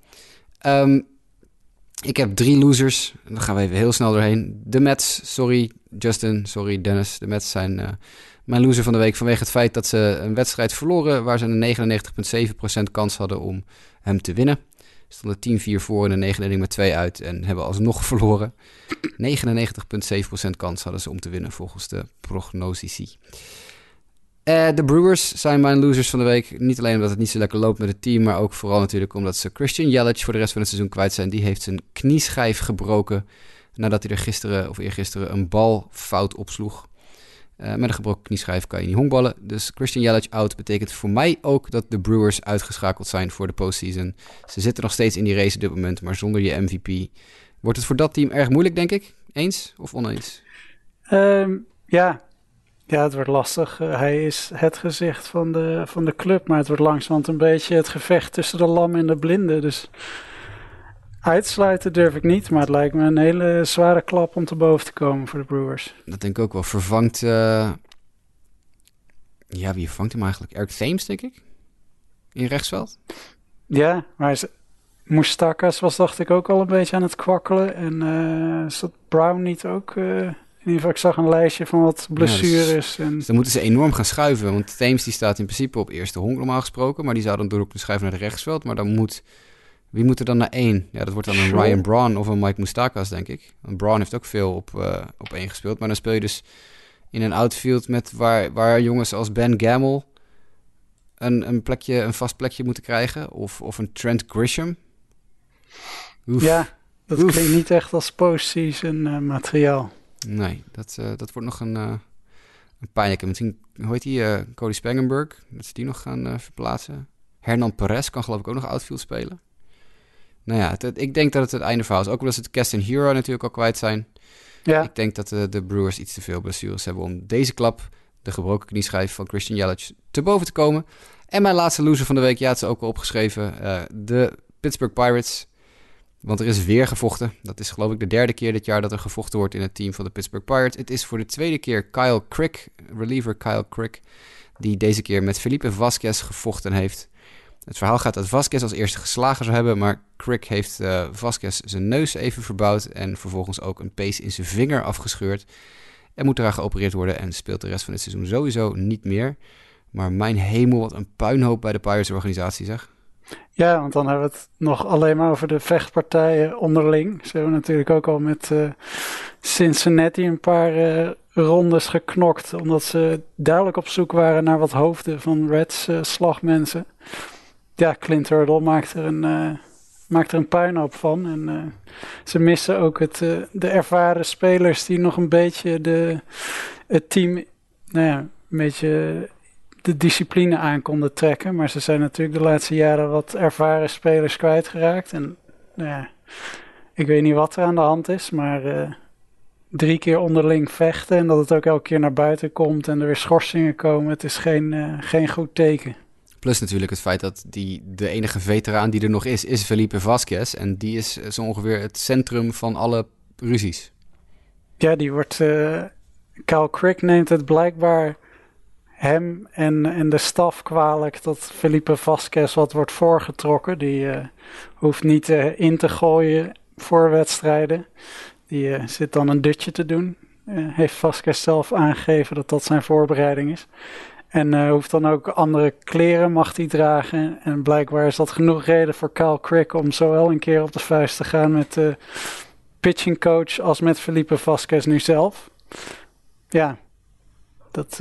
Ik heb 3 losers. Dan gaan we even heel snel doorheen. De Mets, sorry Justin, sorry Dennis. De Mets zijn mijn loser van de week vanwege het feit dat ze een wedstrijd verloren waar ze een 99,7% kans hadden om hem te winnen. Ze stonden 10-4 voor in de 9e inning met 2 uit en hebben alsnog verloren. 99,7% kans hadden ze om te winnen volgens de prognosici. De Brewers zijn mijn losers van de week. Niet alleen omdat het niet zo lekker loopt met het team, maar ook vooral natuurlijk omdat ze Christian Yelich voor de rest van het seizoen kwijt zijn. Die heeft zijn knieschijf gebroken nadat hij er gisteren of eergisteren een bal fout opsloeg. Met een gebroken knieschijf kan je niet honkballen. Dus Christian Yelich out betekent voor mij ook dat de Brewers uitgeschakeld zijn voor de postseason. Ze zitten nog steeds in die race op dit moment, maar zonder je MVP wordt het voor dat team erg moeilijk, denk ik. Eens of oneens? Ja, het wordt lastig. Hij is het gezicht van de club, maar het wordt langzamerhand een beetje het gevecht tussen de lam en de blinden. Dus uitsluiten durf ik niet, maar het lijkt me een hele zware klap om te boven te komen voor de Brewers. Dat denk ik ook wel. Vervangt, wie vervangt hem eigenlijk? Eric Thames, denk ik? In rechtsveld? Ja, maar Moustakas was dacht ik ook al een beetje aan het kwakkelen. En is dat Brown niet ook... In ieder geval, ik zag een lijstje van wat blessures. Dus dan moeten ze enorm gaan schuiven. Want Thames die staat in principe op eerste honk normaal gesproken. Maar die zou dan door kunnen schuiven naar de rechtsveld. Maar dan wie moet er dan naar 1? Ja, dat wordt dan een Ryan Braun of een Mike Moustakas, denk ik. Want Braun heeft ook veel op 1 gespeeld. Maar dan speel je dus in een outfield met waar jongens als Ben Gamel een vast plekje moeten krijgen. Of een Trent Grisham. Oef. Ja, dat klinkt niet echt als postseason materiaal. Nee, dat wordt nog een pijnlijke. Misschien, hoe heet die? Cody Spangenberg. Dat ze die nog gaan verplaatsen. Hernan Perez kan geloof ik ook nog outfield spelen. Nou ja, ik denk dat het einde verhaal is. Ook omdat ze het Keston Hero natuurlijk al kwijt zijn. Ja. Ik denk dat de Brewers iets te veel blessures hebben om deze klap, de gebroken knieschijf van Christian Yelich, te boven te komen. En mijn laatste loser van de week, het is ook al opgeschreven. De Pittsburgh Pirates. Want er is weer gevochten. Dat is geloof ik de 3e keer dit jaar dat er gevochten wordt in het team van de Pittsburgh Pirates. Het is voor de 2e keer Kyle Crick, reliever Kyle Crick, die deze keer met Felipe Vasquez gevochten heeft. Het verhaal gaat dat Vasquez als eerste geslagen zou hebben, maar Crick heeft Vasquez zijn neus even verbouwd en vervolgens ook een pees in zijn vinger afgescheurd. Er moet eraan geopereerd worden en speelt de rest van het seizoen sowieso niet meer. Maar mijn hemel, wat een puinhoop bij de Pirates organisatie, zeg. Ja, want dan hebben we het nog alleen maar over de vechtpartijen onderling. Ze hebben natuurlijk ook al met Cincinnati een paar rondes geknokt, omdat ze duidelijk op zoek waren naar wat hoofden van Reds slagmensen. Ja, Clint Hurdle maakt er een puinhoop van. En ze missen ook de ervaren spelers die nog een beetje het team een beetje de discipline aan konden trekken. Maar ze zijn natuurlijk de laatste jaren wat ervaren spelers kwijtgeraakt. En ik weet niet wat er aan de hand is, maar 3 keer onderling vechten en dat het ook elke keer naar buiten komt en er weer schorsingen komen. Het is geen goed teken. Plus natuurlijk het feit dat de enige veteraan die er nog is Felipe Vasquez. En die is zo ongeveer het centrum van alle ruzies. Ja, die wordt... Kyle Crick neemt het blijkbaar hem en de staf kwalijk dat Felipe Vasquez wat wordt voorgetrokken. Die hoeft niet in te gooien voor wedstrijden. Die zit dan een dutje te doen. Heeft Vasquez zelf aangegeven dat dat zijn voorbereiding is. En hoeft dan ook andere kleren, mag hij dragen. En blijkbaar is dat genoeg reden voor Kyle Crick om zowel een keer op de vuist te gaan met de pitching coach als met Felipe Vasquez nu zelf. Ja, dat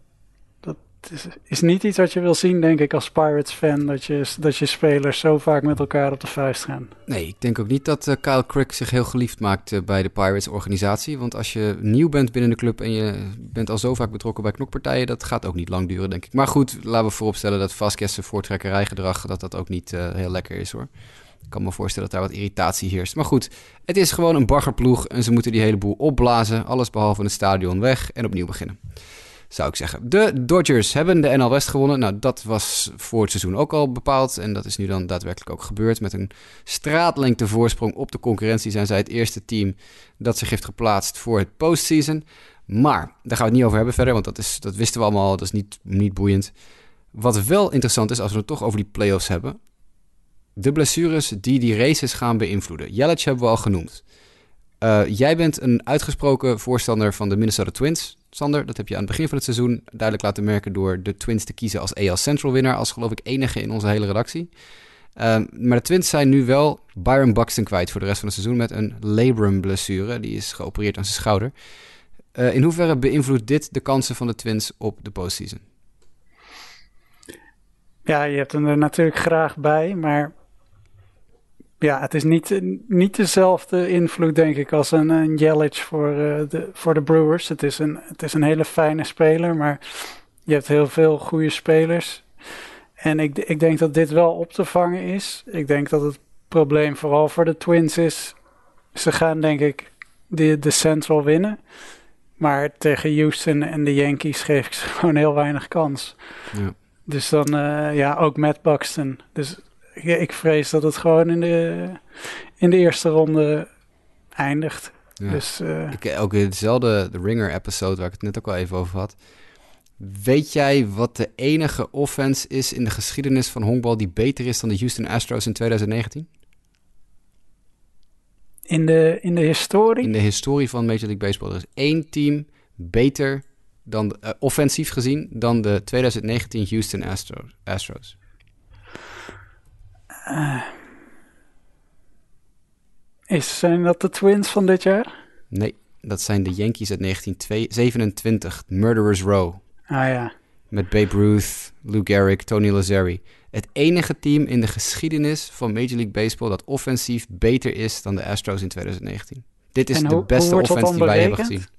is niet iets wat je wil zien, denk ik, als Pirates-fan. Dat je spelers zo vaak met elkaar op de vuist gaan. Nee, ik denk ook niet dat Kyle Crick zich heel geliefd maakt bij de Pirates-organisatie. Want als je nieuw bent binnen de club en je bent al zo vaak betrokken bij knokpartijen, dat gaat ook niet lang duren, denk ik. Maar goed, laten we vooropstellen dat Vasquez zijn voortrekkerijgedrag, dat ook niet heel lekker is, hoor. Ik kan me voorstellen dat daar wat irritatie heerst. Maar goed, het is gewoon een baggerploeg en ze moeten die hele boel opblazen. Alles behalve het stadion weg en opnieuw beginnen, zou ik zeggen. De Dodgers hebben de NL West gewonnen. Nou, dat was voor het seizoen ook al bepaald. En dat is nu dan daadwerkelijk ook gebeurd. Met een straatlengte voorsprong op de concurrentie zijn zij het eerste team dat zich heeft geplaatst voor het postseason. Maar daar gaan we het niet over hebben verder, want dat wisten we allemaal. Dat is niet boeiend. Wat wel interessant is, als we het toch over die playoffs hebben. De blessures die races gaan beïnvloeden. Yelich hebben we al genoemd. Jij bent een uitgesproken voorstander van de Minnesota Twins, Sander. Dat heb je aan het begin van het seizoen duidelijk laten merken door de Twins te kiezen als AL Central winnaar, als geloof ik enige in onze hele redactie. Maar de Twins zijn nu wel Byron Buxton kwijt voor de rest van het seizoen met een labrum blessure. Die is geopereerd aan zijn schouder. In hoeverre beïnvloedt dit de kansen van de Twins op de postseason? Ja, je hebt hem er natuurlijk graag bij, maar ja, het is niet dezelfde invloed, denk ik, als een Yelich voor de Brewers. Het is een hele fijne speler, maar je hebt heel veel goede spelers. En ik denk dat dit wel op te vangen is. Ik denk dat het probleem vooral voor de Twins is. Ze gaan, denk ik, de Central winnen. Maar tegen Houston en de Yankees geef ik ze gewoon heel weinig kans. Ja. Dus dan, ook met Buxton. Dus ik vrees dat het gewoon in de eerste ronde eindigt. Ja. Dus, ook hetzelfde, de Ringer-episode waar ik het net ook al even over had. Weet jij wat de enige offense is in de geschiedenis van honkbal die beter is dan de Houston Astros in 2019? In de historie? In de historie van Major League Baseball. Er is één team beter dan offensief gezien dan de 2019 Houston Astros. Zijn dat de Twins van dit jaar? Nee, dat zijn de Yankees uit 1927, Murderers Row. Ah ja. Met Babe Ruth, Lou Gehrig, Tony Lazzeri. Het enige team in de geschiedenis van Major League Baseball dat offensief beter is dan de Astros in 2019. Dit is de beste offense die wij hebben gezien.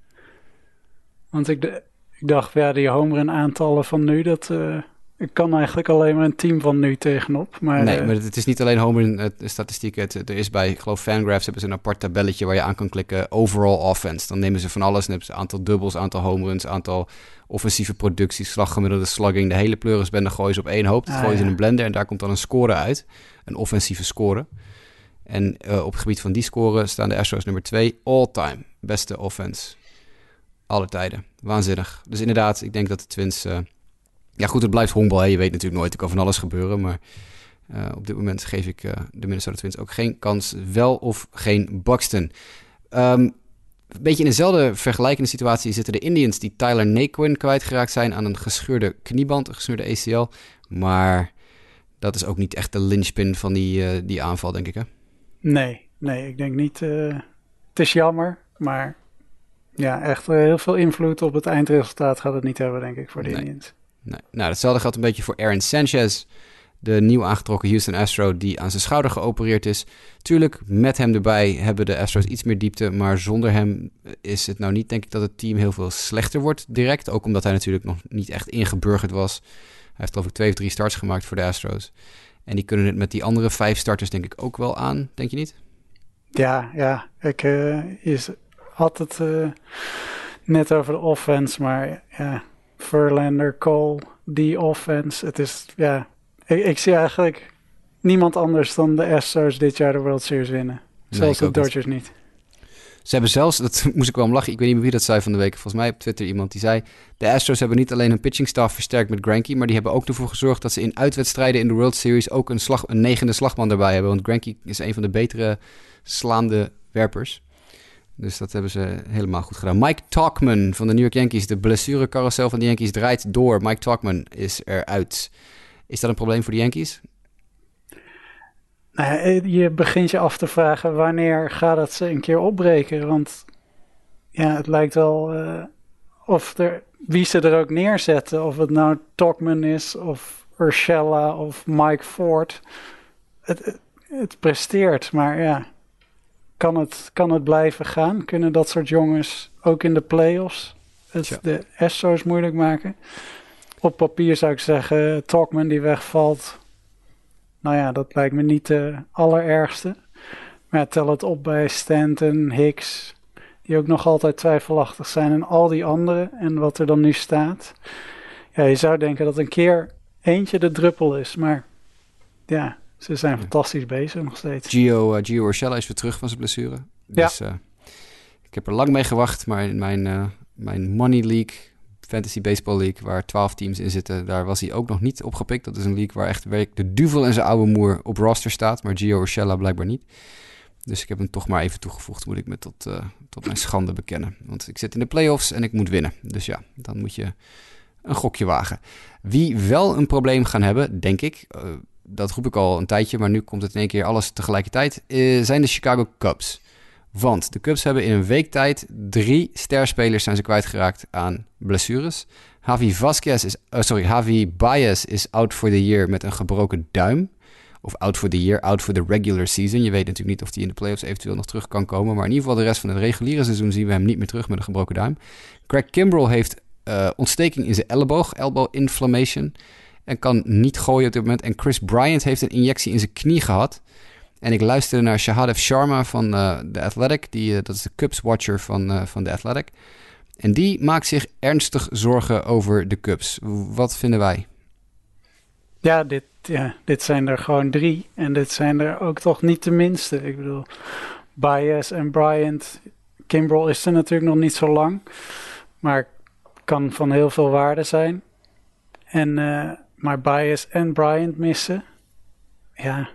Want ik dacht, ja, die home run aantallen van nu, dat ik kan eigenlijk alleen maar een team van nu tegenop. Maar, nee, maar het is niet alleen home run statistieken. Er is bij, ik geloof Fangraphs hebben ze een apart tabelletje waar je aan kan klikken overall offense. Dan nemen ze van alles. Dan hebben ze aantal dubbels, aantal home runs, aantal offensieve producties, slaggemiddelde slugging. De hele pleurisbende gooien ze op één hoop. Dat gooien ze in een blender en daar komt dan een score uit. Een offensieve score. En op het gebied van die score staan de Astros nummer 2 all-time. Beste offense. Aller tijden. Waanzinnig. Dus inderdaad, ik denk dat de Twins... ja goed, het blijft honkbal. Hè. Je weet natuurlijk nooit, er kan van alles gebeuren. Maar op dit moment geef ik de Minnesota Twins ook geen kans. Wel of geen Buxton. Een beetje in dezelfde vergelijkende situatie zitten de Indians... die Tyler Naquin kwijtgeraakt zijn aan een gescheurde knieband, een gescheurde ACL. Maar dat is ook niet echt de linchpin van die aanval, denk ik, hè? Nee, ik denk niet. Het is jammer, maar ja, echt heel veel invloed op het eindresultaat gaat het niet hebben, denk ik, voor de Indians. Nee. Nou, hetzelfde geldt een beetje voor Aaron Sanchez, de nieuw aangetrokken Houston Astro die aan zijn schouder geopereerd is. Tuurlijk, met hem erbij hebben de Astros iets meer diepte, maar zonder hem is het nou niet, denk ik, dat het team heel veel slechter wordt direct. Ook omdat hij natuurlijk nog niet echt ingeburgerd was. Hij heeft geloof ik 2 of 3 starts gemaakt voor de Astros. En die kunnen het met die andere 5 starters denk ik ook wel aan, denk je niet? Ja. Je had het net over de offense, maar ja, Verlander, Cole, die offense. Het is, ja, ik zie eigenlijk niemand anders dan de Astros dit jaar de World Series winnen. Zelfs de Dodgers niet. Ze hebben zelfs, dat moest ik wel om lachen, ik weet niet meer wie dat zei van de week, volgens mij op Twitter iemand die zei, de Astros hebben niet alleen hun pitching staff versterkt met Greinke, maar die hebben ook ervoor gezorgd dat ze in uitwedstrijden in de World Series ook een negende slagman erbij hebben, want Greinke is een van de betere slaande werpers. Dus dat hebben ze helemaal goed gedaan. Mike Tauchman van de New York Yankees, de blessurecarousel van de Yankees draait door. Mike Tauchman is eruit. Is dat een probleem voor de Yankees? Je begint je af te vragen wanneer gaat het ze een keer opbreken. Want ja, het lijkt wel wie ze er ook neerzetten. Of het nou Tauchman is of Urshela of Mike Ford. Het presteert, maar ja, kan het blijven gaan? Kunnen dat soort jongens ook in de playoffs de Astros moeilijk maken? Op papier zou ik zeggen, Tauchman die wegvalt. Nou ja, dat lijkt me niet de allerergste. Maar tel het op bij Stanton, Hicks, die ook nog altijd twijfelachtig zijn. En al die anderen en wat er dan nu staat. Ja, je zou denken dat een keer eentje de druppel is. Maar ja, ze zijn fantastisch bezig nog steeds. Gio Urshela is weer terug van zijn blessure. Dus ik heb er lang mee gewacht. Maar in mijn Money League, Fantasy Baseball League, waar 12 teams in zitten, daar was hij ook nog niet opgepikt. Dat is een league waar echt de duvel en zijn oude moer op roster staat. Maar Gio Urshela blijkbaar niet. Dus ik heb hem toch maar even toegevoegd, moet ik me tot mijn schande bekennen. Want ik zit in de playoffs en ik moet winnen. Dus ja, dan moet je een gokje wagen. Wie wel een probleem gaan hebben, denk ik, dat roep ik al een tijdje, maar nu komt het in één keer alles tegelijkertijd, zijn de Chicago Cubs. Want de Cubs hebben in een week tijd 3 sterspelers zijn ze kwijtgeraakt aan blessures. Javi Baez is out for the year met een gebroken duim. Of out for the year, out for the regular season. Je weet natuurlijk niet of hij in de playoffs eventueel nog terug kan komen. Maar in ieder geval de rest van het reguliere seizoen zien we hem niet meer terug met een gebroken duim. Greg Kimbrel heeft ontsteking in zijn elleboog, elbow inflammation. En kan niet gooien op dit moment. En Chris Bryant heeft een injectie in zijn knie gehad. En ik luisterde naar Shahad Sharma van The Athletic. Dat is de Cubs-watcher van The Athletic. En die maakt zich ernstig zorgen over de Cubs. Wat vinden wij? Ja, dit zijn er gewoon 3. En dit zijn er ook toch niet de minste. Ik bedoel, Baez en Bryant. Kimbrel is er natuurlijk nog niet zo lang. Maar kan van heel veel waarde zijn. Maar Baez en Bryant missen. Ja,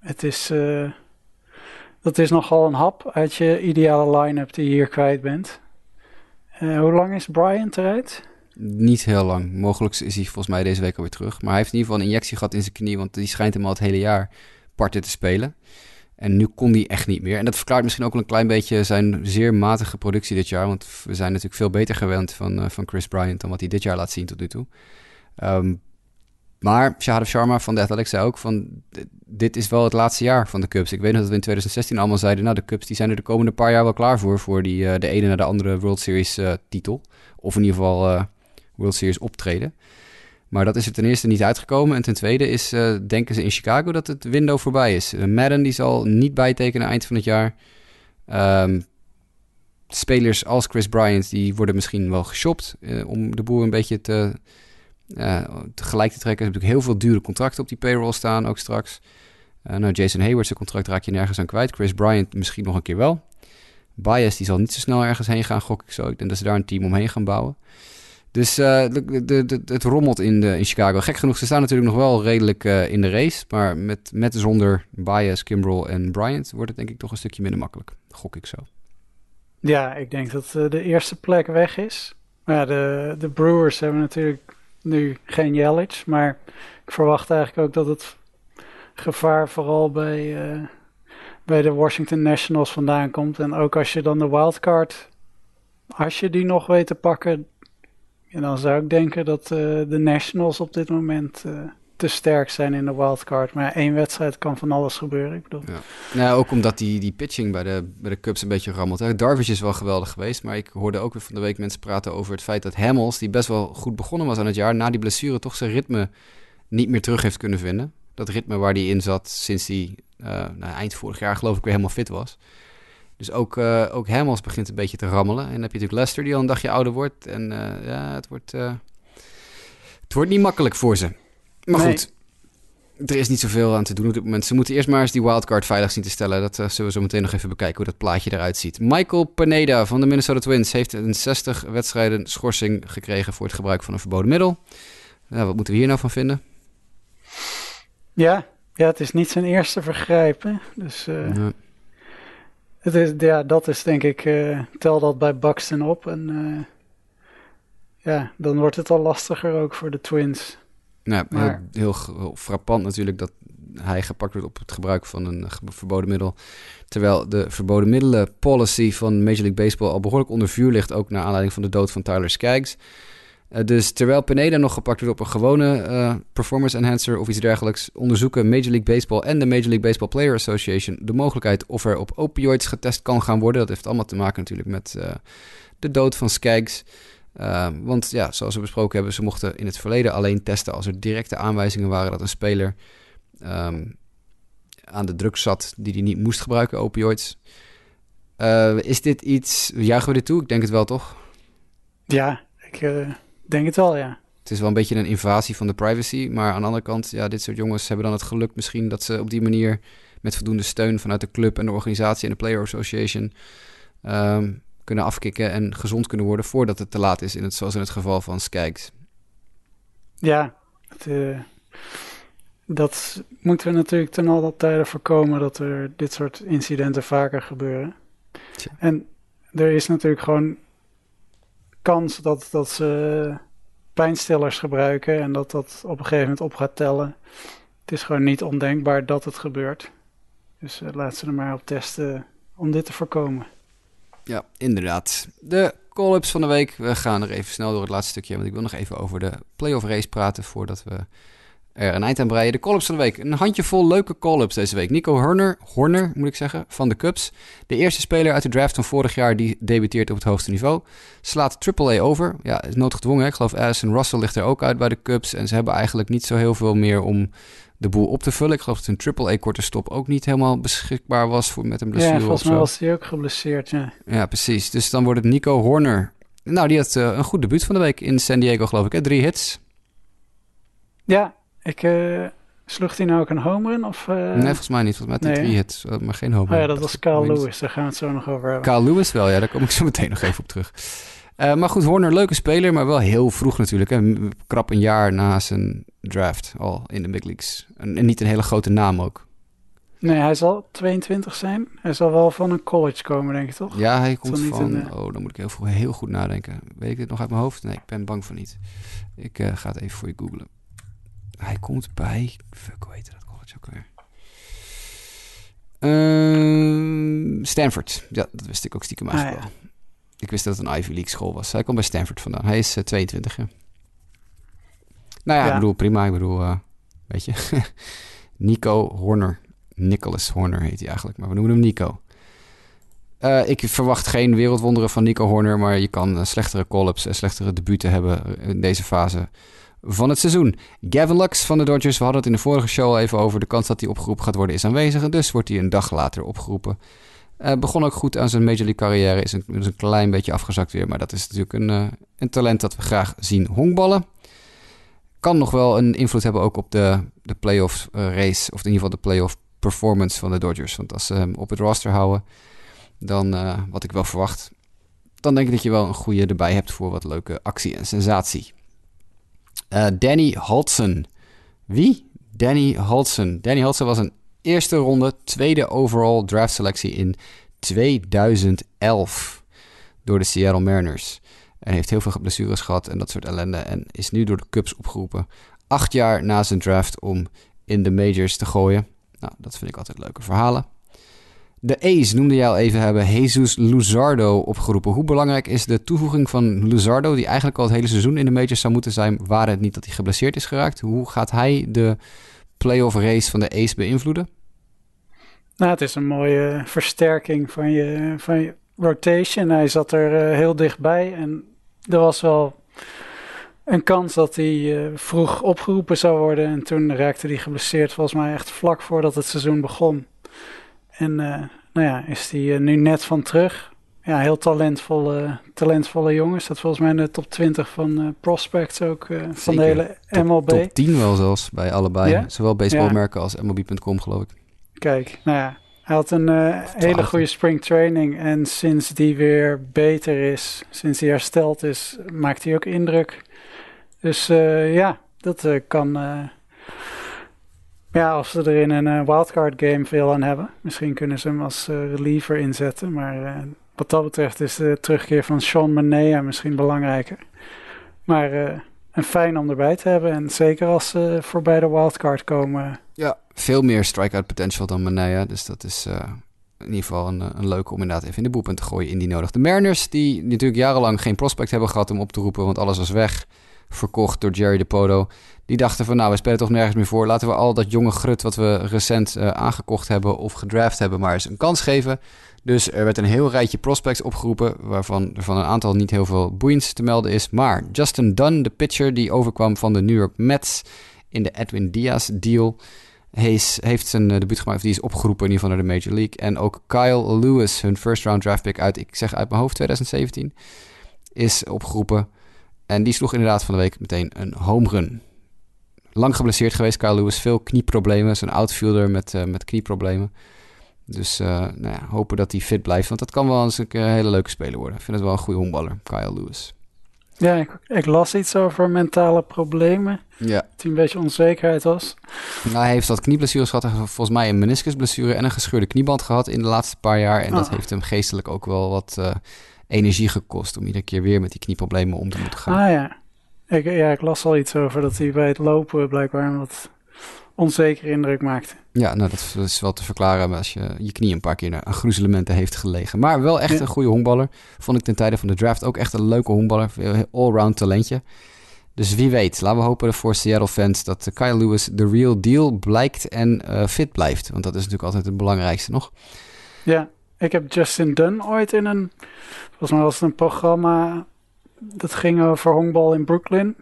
dat is nogal een hap uit je ideale line-up die je hier kwijt bent. Hoe lang is Bryant eruit? Niet heel lang. Mogelijk is hij volgens mij deze week alweer terug. Maar hij heeft in ieder geval een injectie gehad in zijn knie, want die schijnt hem al het hele jaar parten te spelen. En nu kon hij echt niet meer. En dat verklaart misschien ook wel een klein beetje zijn zeer matige productie dit jaar. Want we zijn natuurlijk veel beter gewend van Chris Bryant dan wat hij dit jaar laat zien tot nu toe. Maar Shahad Sharma van The Athletic zei ook van, dit is wel het laatste jaar van de Cubs. Ik weet nog dat we in 2016 allemaal zeiden, nou, de Cubs die zijn er de komende paar jaar wel klaar voor de ene naar de andere World Series titel. Of in ieder geval World Series optreden. Maar dat is er ten eerste niet uitgekomen. En ten tweede denken ze in Chicago dat het window voorbij is. Madden die zal niet bijtekenen eind van het jaar. Spelers als Chris Bryant die worden misschien wel geshopt om de boer een beetje tegelijk te trekken. Er zijn natuurlijk heel veel dure contracten op die payroll staan ook straks. Jason Hayward, zijn contract raak je nergens aan kwijt. Chris Bryant misschien nog een keer wel. Baez die zal niet zo snel ergens heen gaan, gok ik zo. Ik denk dat ze daar een team omheen gaan bouwen. Dus het rommelt in Chicago. Gek genoeg, ze staan natuurlijk nog wel redelijk in de race. Maar met zonder Baez, Kimbrel en Bryant wordt het denk ik toch een stukje minder makkelijk. Gok ik zo. Ja, ik denk dat de eerste plek weg is. Maar ja, de Brewers hebben natuurlijk nu geen Yelich. Maar ik verwacht eigenlijk ook dat het gevaar vooral bij de Washington Nationals vandaan komt. En ook als je dan de wildcard, als je die nog weet te pakken, en dan zou ik denken dat de Nationals op dit moment te sterk zijn in de wildcard. Maar 1 wedstrijd kan van alles gebeuren. Ik bedoel. Ja. Nou, ook omdat die pitching bij de Cubs een beetje rammelt. Hè. Darvish is wel geweldig geweest, maar ik hoorde ook weer van de week mensen praten over het feit dat Hamels, die best wel goed begonnen was aan het jaar, na die blessure toch zijn ritme niet meer terug heeft kunnen vinden. Dat ritme waar hij in zat sinds hij eind vorig jaar geloof ik weer helemaal fit was. Dus ook Hamels begint een beetje te rammelen. En dan heb je natuurlijk Lester die al een dagje ouder wordt. En het wordt niet makkelijk voor ze. Maar nee. goed. Er is niet zoveel aan te doen op dit moment. Ze moeten eerst maar eens die wildcard veilig zien te stellen. Dat zullen we zo meteen nog even bekijken hoe dat plaatje eruit ziet. Michael Pineda van de Minnesota Twins heeft een 60 wedstrijden schorsing gekregen voor het gebruik van een verboden middel. Wat moeten we hier nou van vinden? Ja, het is niet zijn eerste vergrijp. Hè? Dus dat is denk ik, tel dat bij Buxton op. En dan wordt het al lastiger ook voor de Twins. Nou, heel frappant natuurlijk dat hij gepakt wordt op het gebruik van een verboden middel. Terwijl de verboden middelen policy van Major League Baseball al behoorlijk onder vuur ligt, ook naar aanleiding van de dood van Tyler Skaggs. Dus terwijl Pineda nog gepakt wordt op een gewone performance enhancer of iets dergelijks, onderzoeken Major League Baseball en de Major League Baseball Player Association de mogelijkheid of er op opioids getest kan gaan worden. Dat heeft allemaal te maken natuurlijk met de dood van Skaggs. Want ja, zoals we besproken hebben, ze mochten in het verleden alleen testen als er directe aanwijzingen waren dat een speler aan de drugs zat die hij niet moest gebruiken, opioids. Is dit iets, juichen we dit toe? Ik denk het wel, toch? Ja, ik denk het wel, ja. Het is wel een beetje een invasie van de privacy, maar aan de andere kant, ja, dit soort jongens hebben dan het geluk misschien dat ze op die manier met voldoende steun vanuit de club en de organisatie en de Player Association kunnen afkicken en gezond kunnen worden voordat het te laat is, zoals in het geval van Skaggs. Ja, dat moeten we natuurlijk ten alle tijde voorkomen, dat er dit soort incidenten vaker gebeuren. Tja. En er is natuurlijk gewoon kans dat ze pijnstillers gebruiken en dat op een gegeven moment op gaat tellen. Het is gewoon niet ondenkbaar dat het gebeurt. Dus laat ze er maar op testen om dit te voorkomen. Ja, inderdaad. De call-ups van de week. We gaan er even snel door het laatste stukje, want ik wil nog even over de playoff race praten voordat we er een eind aan breien. De call-ups van de week. Een handjevol leuke call-ups deze week. Nico Horner moet ik zeggen, van de Cubs. De eerste speler uit de draft van vorig jaar die debuteert op het hoogste niveau. Slaat AAA over. Ja, is noodgedwongen. Hè? Ik geloof Addison Russell ligt er ook uit bij de Cubs. En ze hebben eigenlijk niet zo heel veel meer om de boel op te vullen. Ik geloof dat een AAA-korte stop ook niet helemaal beschikbaar was met een blessure. Ja, volgens mij was hij ook geblesseerd, ja. Ja, precies. Dus dan wordt het Nico Horner. Nou, die had een goed debuut van de week in San Diego, geloof ik. Hè? 3 hits. Ja, sloeg hij nou ook een home run? Of, Nee, volgens mij niet. Volgens mij had hij 3 hits, maar geen home run. Oh ja, dat was Kyle Lewis. Daar gaan we het zo nog over hebben. Kyle Lewis wel, ja. Daar kom ik zo meteen nog even op terug. Maar goed, Horner, leuke speler, maar wel heel vroeg natuurlijk. Hè? Krap een jaar na zijn draft al in de big leagues. En niet een hele grote naam ook. Nee, hij zal 22 zijn. Hij zal wel van een college komen, denk ik, toch? Ja, hij komt van... dan moet ik heel goed nadenken. Weet ik dit nog uit mijn hoofd? Nee, ik ben bang van niet. Ik ga het even voor je googlen. Hij komt bij... Fuck, hoe heet dat college ook weer? Stanford. Ja, dat wist ik ook stiekem eigenlijk wel. Ik wist dat het een Ivy League school was. Hij komt bij Stanford vandaan. Hij is 22, ja. Nou ja, ik bedoel, prima. Ik bedoel, weet je... Nico Horner. Nicholas Horner heet hij eigenlijk, maar we noemen hem Nico. Ik verwacht geen wereldwonderen van Nico Horner, maar je kan slechtere call-ups en slechtere debuten hebben in deze fase van het seizoen. Gavin Lux van de Dodgers, we hadden het in de vorige show al even over. De kans dat hij opgeroepen gaat worden is aanwezig en dus wordt hij een dag later opgeroepen. Begon ook goed aan zijn Major League carrière, is een klein beetje afgezakt weer, maar dat is natuurlijk een talent dat we graag zien honkballen. Kan nog wel een invloed hebben ook op de playoff race, of in ieder geval de playoff performance van de Dodgers. Want als ze hem op het roster houden, dan, wat ik wel verwacht, dan denk ik dat je wel een goede erbij hebt voor wat leuke actie en sensatie. Danny Hultzen. Wie? Danny Hultzen. Danny Hultzen was een eerste ronde, tweede overall draft selectie in 2011 door de Seattle Mariners. En heeft heel veel blessures gehad en dat soort ellende. En is nu door de Cubs opgeroepen. 8 jaar na zijn draft om in de majors te gooien. Nou, dat vind ik altijd leuke verhalen. De A's noemde jij al even hebben Jesus Luzardo opgeroepen. Hoe belangrijk is de toevoeging van Luzardo, die eigenlijk al het hele seizoen in de majors zou moeten zijn, waren het niet dat hij geblesseerd is geraakt? Hoe gaat hij de playoff race van de A's beïnvloeden? Nou, het is een mooie versterking van je rotation. Hij zat er heel dichtbij en er was wel een kans dat hij vroeg opgeroepen zou worden. En toen raakte hij geblesseerd, volgens mij echt vlak voordat het seizoen begon. En is hij nu net van terug. heel talentvolle jongens. Staat volgens mij in de top 20 van prospects ook van de hele MLB. Top 10 wel zelfs bij allebei. Ja? Zowel baseballmerken als MLB.com geloof ik. Kijk, nou ja. Hij had een hele goede spring training. En sinds die weer beter is, sinds hij hersteld is, maakt hij ook indruk. Dus dat kan... als ze er in een wildcard game veel aan hebben. Misschien kunnen ze hem als reliever inzetten. Maar wat dat betreft is de terugkeer van Sean Manaea misschien belangrijker. Maar een fijn om erbij te hebben. En zeker als ze voorbij de wildcard komen. Ja, veel meer strikeout potential dan Manaea. Dus dat is in ieder geval een leuke om inderdaad even in de boelpunt te gooien indien nodig. De Mariners, die natuurlijk jarenlang geen prospect hebben gehad om op te roepen, want alles was weg. Verkocht door Jerry DePoto. Die dachten van, we spelen toch nergens meer voor. Laten we al dat jonge grut wat we recent aangekocht hebben of gedraft hebben, maar eens een kans geven. Dus er werd een heel rijtje prospects opgeroepen, waarvan er van een aantal niet heel veel boeiends te melden is. Maar Justin Dunn, de pitcher die overkwam van de New York Mets in de Edwin Diaz deal, heeft zijn debuut gemaakt. Die is opgeroepen in ieder geval naar de Major League. En ook Kyle Lewis, hun first round draft pick uit mijn hoofd 2017, is opgeroepen. En die sloeg inderdaad van de week meteen een home run. Lang geblesseerd geweest, Kyle Lewis. Veel knieproblemen. Zo'n outfielder met knieproblemen. Dus hopen dat hij fit blijft. Want dat kan wel eens een hele leuke speler worden. Ik vind het wel een goede honkballer, Kyle Lewis. Ja, ik las iets over mentale problemen. Ja. Dat hij een beetje onzekerheid was. Nou, hij heeft wat knieblessures gehad. Volgens mij een meniscusblessure en een gescheurde knieband gehad in de laatste paar jaar. En dat heeft hem geestelijk ook wel wat energie gekost om iedere keer weer met die knieproblemen om te moeten gaan. Ik las al iets over dat hij bij het lopen blijkbaar een wat onzekere indruk maakte. Ja, dat is wel te verklaren als je knie een paar keer aan gruzelementen heeft gelegen. Maar wel echt een goede honkballer. Vond ik ten tijde van de draft ook echt een leuke honkballer. Allround talentje. Dus wie weet, laten we hopen voor Seattle fans dat Kyle Lewis de real deal blijkt en fit blijft. Want dat is natuurlijk altijd het belangrijkste nog. Ja, ik heb Justin Dunn ooit volgens mij was het een programma dat ging over honkbal in Brooklyn.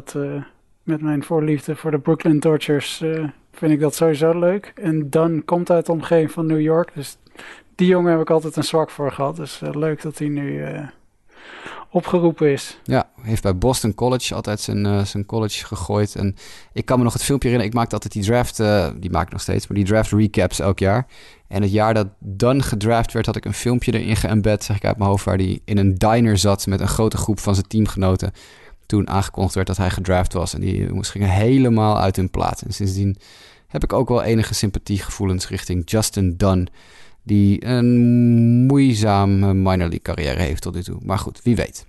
Met mijn voorliefde voor de Brooklyn Dodgers vind ik dat sowieso leuk. En Dunn komt uit de omgeving van New York. Dus die jongen heb ik altijd een zwak voor gehad. Dus leuk dat hij nu opgeroepen is. Ja, heeft bij Boston College altijd zijn college gegooid. En ik kan me nog het filmpje herinneren. Ik maakte altijd die draft, die maak ik nog steeds, maar die draft recaps elk jaar. En het jaar dat Dunn gedraft werd, had ik een filmpje erin geëmbed, zeg ik uit mijn hoofd, waar hij in een diner zat met een grote groep van zijn teamgenoten. Toen aangekondigd werd dat hij gedraft was. En die jongens gingen helemaal uit hun plaat. En sindsdien heb ik ook wel enige sympathiegevoelens richting Justin Dunn, die een moeizame minor league carrière heeft tot nu toe. Maar goed, wie weet.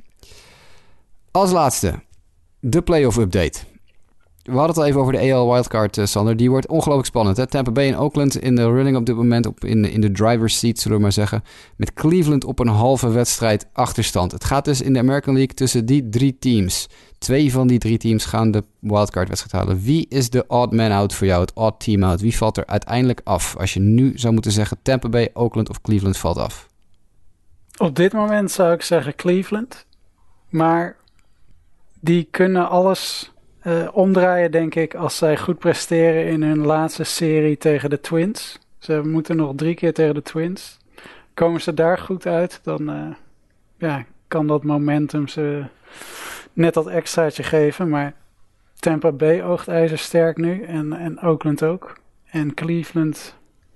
Als laatste, de playoff update. We hadden het al even over de AL wildcard, Sander. Die wordt ongelooflijk spannend. Hè? Tampa Bay en Oakland in de running op dit moment, in de driver's seat, zullen we maar zeggen. Met Cleveland op een halve wedstrijd achterstand. Het gaat dus in de American League tussen die 3 teams. 2 van die 3 teams gaan de wildcard wedstrijd halen. Wie is de odd man out voor jou, het odd team out? Wie valt er uiteindelijk af? Als je nu zou moeten zeggen Tampa Bay, Oakland of Cleveland valt af. Op dit moment zou ik zeggen Cleveland. Maar die kunnen alles omdraaien, denk ik, als zij goed presteren in hun laatste serie tegen de Twins. Ze moeten nog 3 keer tegen de Twins. Komen ze daar goed uit, dan kan dat momentum ze net dat extraatje geven. Maar Tampa Bay oogt ijzersterk nu en Oakland ook. En Cleveland,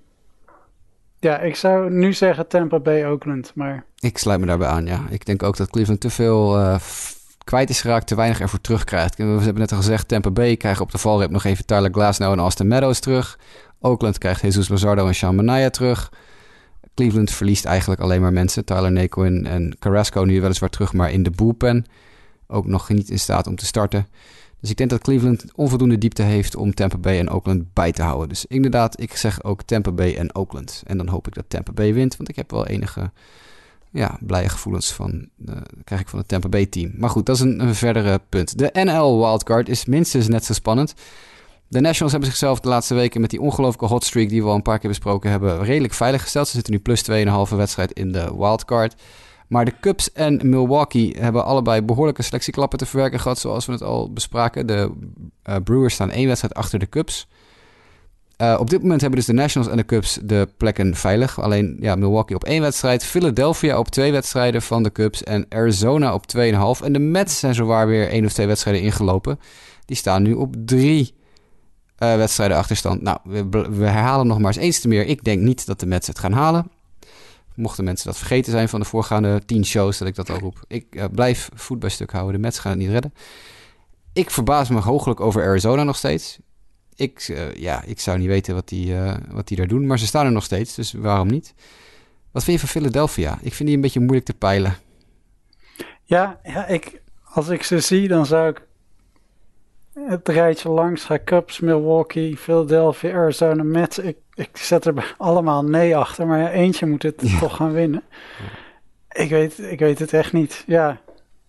ja, ik zou nu zeggen Tampa Bay, Oakland, maar Ik sluit me daarbij aan, ja. Ik denk ook dat Cleveland te veel kwijt is geraakt, te weinig ervoor terugkrijgt. We hebben net al gezegd, Tampa Bay krijgt op de valreep nog even Tyler Glasnow en Austin Meadows terug. Oakland krijgt Jesus Luzardo en Sean Manaea terug. Cleveland verliest eigenlijk alleen maar mensen. Tyler Naquin en Carrasco nu weliswaar terug, maar in de bullpen. Ook nog niet in staat om te starten. Dus ik denk dat Cleveland onvoldoende diepte heeft om Tampa Bay en Oakland bij te houden. Dus inderdaad, ik zeg ook Tampa Bay en Oakland. En dan hoop ik dat Tampa Bay wint, want ik heb wel enige blije gevoelens krijg ik van het Tampa Bay team. Maar goed, dat is een verdere punt. De NL wildcard is minstens net zo spannend. De Nationals hebben zichzelf de laatste weken met die ongelooflijke hot streak die we al een paar keer besproken hebben, redelijk veilig gesteld. Ze zitten nu plus 2,5 wedstrijd in de wildcard. Maar de Cubs en Milwaukee hebben allebei behoorlijke selectieklappen te verwerken gehad, zoals we het al bespraken. De Brewers staan 1 wedstrijd achter de Cubs. Op dit moment hebben dus de Nationals en de Cubs de plekken veilig. Alleen Milwaukee op 1 wedstrijd. Philadelphia op 2 wedstrijden van de Cubs. En Arizona op 2,5. En de Mets zijn zowaar weer 1 of 2 wedstrijden ingelopen. Die staan nu op 3 wedstrijden achterstand. Nou, we herhalen nog maar eens te meer. Ik denk niet dat de Mets het gaan halen. Mochten mensen dat vergeten zijn van de voorgaande 10 shows dat ik dat al roep. Ik blijf voet bij stuk houden. De Mets gaan het niet redden. Ik verbaas me hooglijk over Arizona nog steeds. Ik zou niet weten wat die daar doen. Maar ze staan er nog steeds, dus waarom niet? Wat vind je van Philadelphia? Ik vind die een beetje moeilijk te peilen. Ja, als ik ze zie, dan zou ik het rijtje langs gaan. Cubs, Milwaukee, Philadelphia, Arizona, Mets. Ik zet er allemaal nee achter, maar eentje moet het toch gaan winnen. Ja. Ik weet het echt niet. Ja,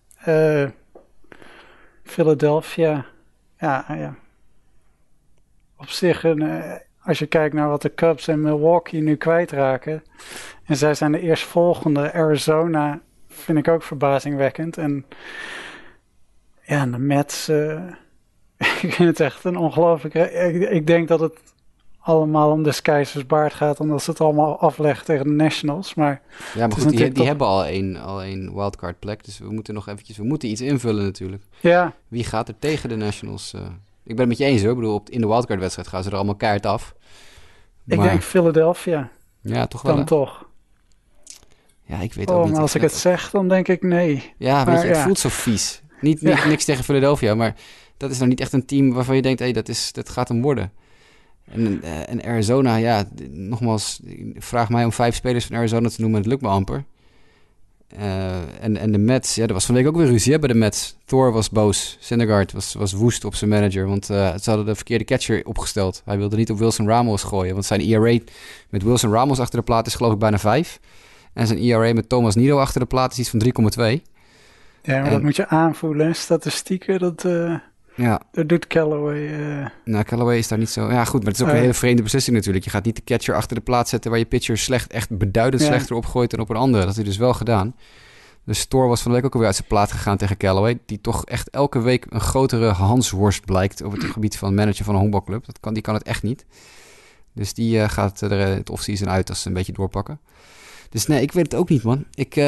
Philadelphia. Ja. Op zich, als je kijkt naar wat de Cubs en Milwaukee nu kwijtraken. En zij zijn de eerstvolgende. Arizona vind ik ook verbazingwekkend. En ja, de Mets. Ik vind het echt een ongelooflijk. Ik denk dat het allemaal om de keizers baard gaat. Omdat ze het allemaal afleggen tegen de Nationals. Maar goed, die hebben al één wildcard plek. Dus we moeten iets invullen natuurlijk. Ja. Wie gaat er tegen de Nationals? Ik ben het met je eens hoor. Ik bedoel, in de wildcard-wedstrijd gaan ze er allemaal keihard af. Maar ik denk Philadelphia. Ja, toch wel. Dan toch. Ja, ik weet ook niet. Maar als ik het zeg, dan denk ik nee. Ja, weet je, het voelt zo vies. Niks tegen Philadelphia, maar dat is nou niet echt een team waarvan je denkt, dat gaat hem worden. En Arizona, nogmaals, vraag mij om 5 spelers van Arizona te noemen, het lukt me amper. En de Mets, er was van de week ook weer ruzie bij de Mets. Thor was boos, Syndergaard was woest op zijn manager, want ze hadden de verkeerde catcher opgesteld. Hij wilde niet op Wilson Ramos gooien, want zijn ERA met Wilson Ramos achter de plaat is geloof ik bijna 5. En zijn ERA met Thomas Nido achter de plaat is iets van 3,2. Ja, maar dat moet je aanvoelen, statistieken, dat doet Callaway. Nou, Callaway is daar niet zo. Ja, goed, maar het is ook een hele vreemde beslissing natuurlijk. Je gaat niet de catcher achter de plaat zetten waar je pitcher echt beduidend slechter opgooit dan op een andere. Dat heeft hij dus wel gedaan. Dus Thor was van de week ook alweer uit zijn plaat gegaan tegen Callaway, die toch echt elke week een grotere Hansworst blijkt op het gebied van manager van een honkbalclub. Die kan het echt niet. Dus die gaat er het offseason uit als ze een beetje doorpakken. Dus nee, ik weet het ook niet, man.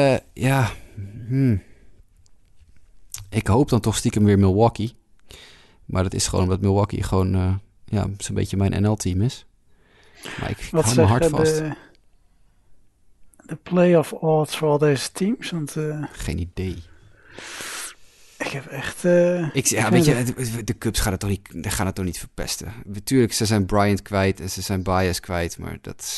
Ik hoop dan toch stiekem weer Milwaukee. Maar dat is gewoon omdat Milwaukee gewoon zo'n beetje mijn NL-team is. Maar ik hou me hard vast. De playoff odds voor al deze teams? Want, geen idee. Ik heb echt... weet je, de Cubs gaan het toch niet verpesten. Natuurlijk, ze zijn Bryant kwijt en ze zijn Baez kwijt, maar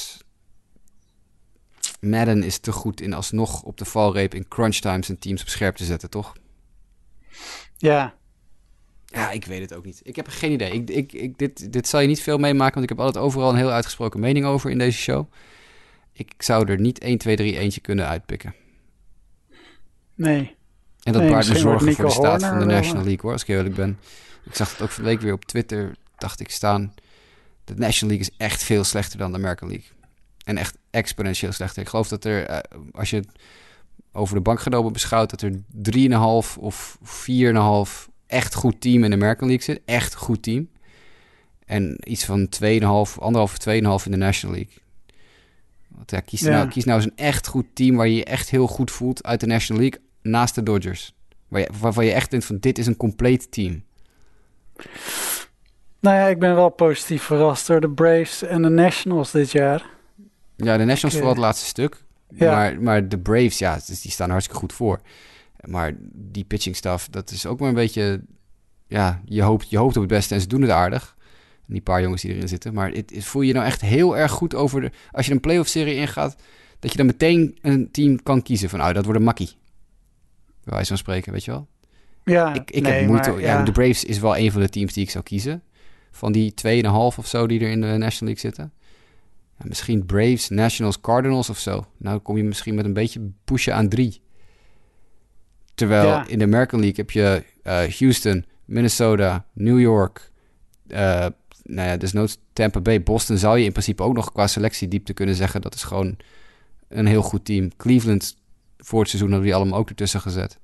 Madden is te goed in alsnog op de valreep in crunch time zijn teams op scherp te zetten, toch? Ja. Ja, ik weet het ook niet. Ik heb geen idee. Dit zal je niet veel meemaken, want ik heb altijd overal een heel uitgesproken mening over in deze show. Ik zou er niet 1, 2, 3 eentje kunnen uitpikken. Nee. En dat baart me zorgen voor de staat van de National League, hoor, als ik eerlijk ben. Ik zag het ook van de week weer op Twitter, dacht ik staan. De National League is echt veel slechter dan de American League. En echt exponentieel slechter. Ik geloof dat er, als je het over de bank genomen beschouwt, dat er 3,5 of 4,5 echt goed team in de American League zit. Echt goed team. En iets van 1,5 of 2,5 in de National League. Want kies nou eens een echt goed team waar je je echt heel goed voelt uit de National League naast de Dodgers. Waarvan je echt denkt van dit is een compleet team. Nou ja, ik ben wel positief verrast door de Braves en de Nationals dit jaar. Ja, de Nationals vooral het laatste stuk. Ja. Maar de Braves, die staan hartstikke goed voor. Maar die pitching staff, dat is ook maar een beetje... Ja, je hoopt op het beste en ze doen het aardig. Die paar jongens die erin zitten. Maar voel je nou echt heel erg goed over als je een playoff serie ingaat, dat je dan meteen een team kan kiezen van, dat wordt een makkie. Bij wijze van spreken, weet je wel? Ja, ik heb moeite. De Braves is wel een van de teams die ik zou kiezen. Van die 2,5 of zo die er in de National League zitten. Ja, misschien Braves, Nationals, Cardinals of zo. Nou kom je misschien met een beetje pushen aan 3. Terwijl in de American League heb je Houston, Minnesota, New York, desnoods Tampa Bay, Boston zou je in principe ook nog qua selectiediepte kunnen zeggen. Dat is gewoon een heel goed team. Cleveland voor het seizoen hadden die allemaal ook ertussen gezet.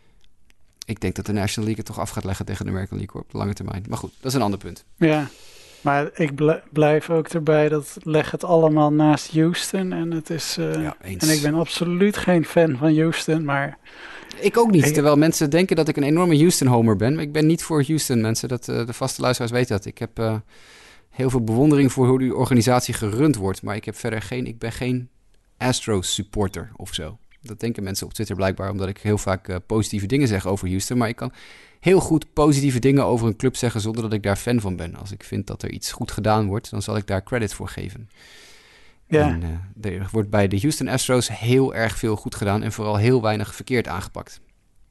Ik denk dat de National League het toch af gaat leggen tegen de American League op de lange termijn. Maar goed, dat is een ander punt. Ja. Maar ik blijf ook erbij dat leg het allemaal naast Houston. En het is. Eens. En ik ben absoluut geen fan van Houston, maar. Ik ook niet, terwijl mensen denken dat ik een enorme Houston-homer ben. Maar ik ben niet voor Houston, mensen. De vaste luisteraars weten dat. Ik heb heel veel bewondering voor hoe die organisatie gerund wordt. Maar ik ben geen Astros-supporter of zo. Dat denken mensen op Twitter blijkbaar, omdat ik heel vaak positieve dingen zeg over Houston. Maar ik kan heel goed positieve dingen over een club zeggen zonder dat ik daar fan van ben. Als ik vind dat er iets goed gedaan wordt, dan zal ik daar credit voor geven. Ja. En er wordt bij de Houston Astros heel erg veel goed gedaan en vooral heel weinig verkeerd aangepakt.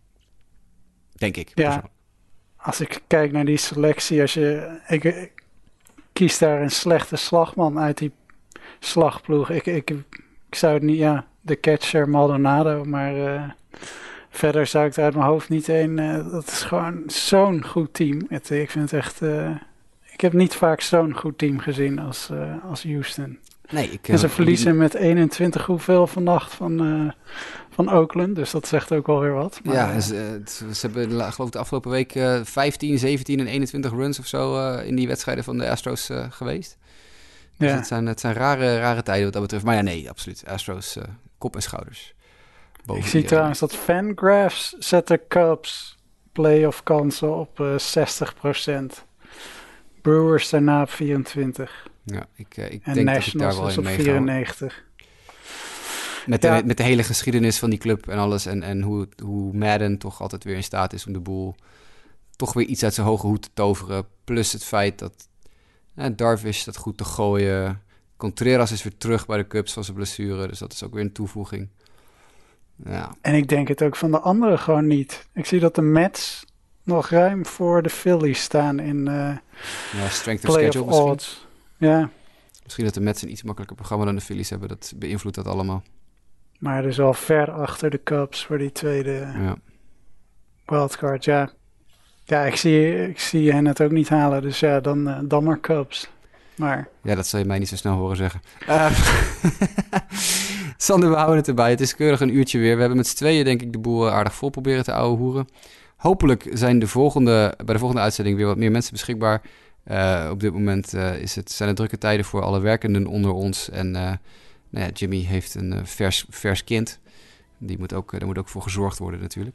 Denk ik. Ja, als ik kijk naar die selectie, ik kies daar een slechte slagman uit die slagploeg. Ik zou het niet, de catcher Maldonado, maar verder zou ik het uit mijn hoofd niet heen. Dat is gewoon zo'n goed team. Ik vind het echt. Ik heb niet vaak zo'n goed team gezien als Houston. Nee, en ze verliezen met 21 hoeveel vannacht van Oakland. Dus dat zegt ook wel weer wat. Maar, ja, ze hebben geloof ik de afgelopen week 15, 17 en 21 runs of zo in die wedstrijden van de Astros geweest. Dus het zijn rare tijden wat dat betreft. Maar ja, nee, absoluut. Astros kop en schouders. Ik zie trouwens dat Fangraphs zet de Cubs playoff kansen op 60%. Brewers daarna op 24%. Ja, ik en denk Nationals dat ik daar wel in op 94%. Met de hele geschiedenis van die club en alles. En hoe Madden toch altijd weer in staat is om de boel toch weer iets uit zijn hoge hoed te toveren. Plus het feit dat Darvish dat goed te gooien. Contreras is weer terug bij de Cubs van zijn blessure. Dus dat is ook weer een toevoeging. Ja. En ik denk het ook van de anderen gewoon niet. Ik zie dat de Mets nog ruim voor de Phillies staan in strength of schedule misschien. Odds. Ja. Misschien dat de Mets een iets makkelijker programma dan de Phillies hebben. Dat beïnvloedt dat allemaal. Maar dus al ver achter de Cubs voor die tweede wildcard. Ja, ik zie hen het ook niet halen. Dus ja, dan maar Cubs. Maar... Ja, dat zal je mij niet zo snel horen zeggen. Sander, we houden het erbij. Het is keurig een uurtje weer. We hebben met z'n tweeën denk ik de boel aardig vol proberen te ouwehoeren. Hopelijk zijn bij de volgende uitzending weer wat meer mensen beschikbaar. Op dit moment zijn het drukke tijden voor alle werkenden onder ons. En Jimmy heeft een vers kind. Daar moet ook voor gezorgd worden natuurlijk.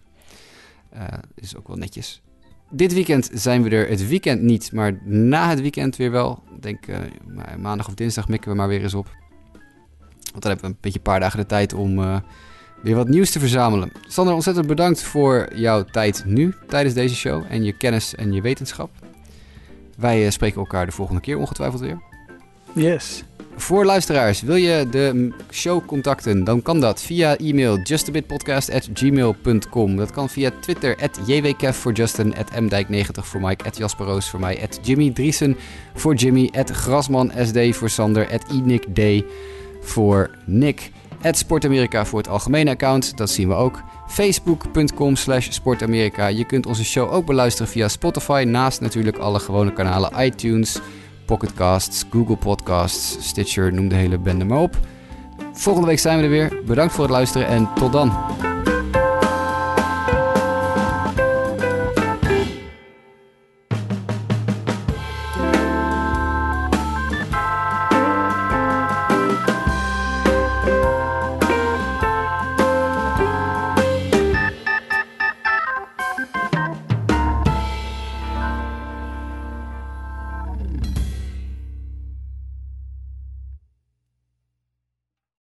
Is ook wel netjes. Dit weekend zijn we er. Het weekend niet, maar na het weekend weer wel. Ik denk maandag of dinsdag mikken we maar weer eens op. Want dan hebben we een paar dagen de tijd om weer wat nieuws te verzamelen. Sander, ontzettend bedankt voor jouw tijd nu tijdens deze show. En je kennis en je wetenschap. Wij spreken elkaar de volgende keer ongetwijfeld weer. Yes. Voor luisteraars, wil je de show contacten? Dan kan dat via e-mail justabitpodcast@gmail.com. Dat kan via Twitter @jwkev voor Justin, @mdijk90 voor Mike, @jasperroos voor mij, @Jimmy Driesen voor Jimmy, @grasmansd voor Sander, @inikd voor Nick, @sportamerika voor het algemene account. Dat zien we ook. Facebook.com/sportamerika. Je kunt onze show ook beluisteren via Spotify, naast natuurlijk alle gewone kanalen iTunes, Pocketcasts, Google Podcasts, Stitcher, noem de hele bende maar op. Volgende week zijn we er weer. Bedankt voor het luisteren en tot dan.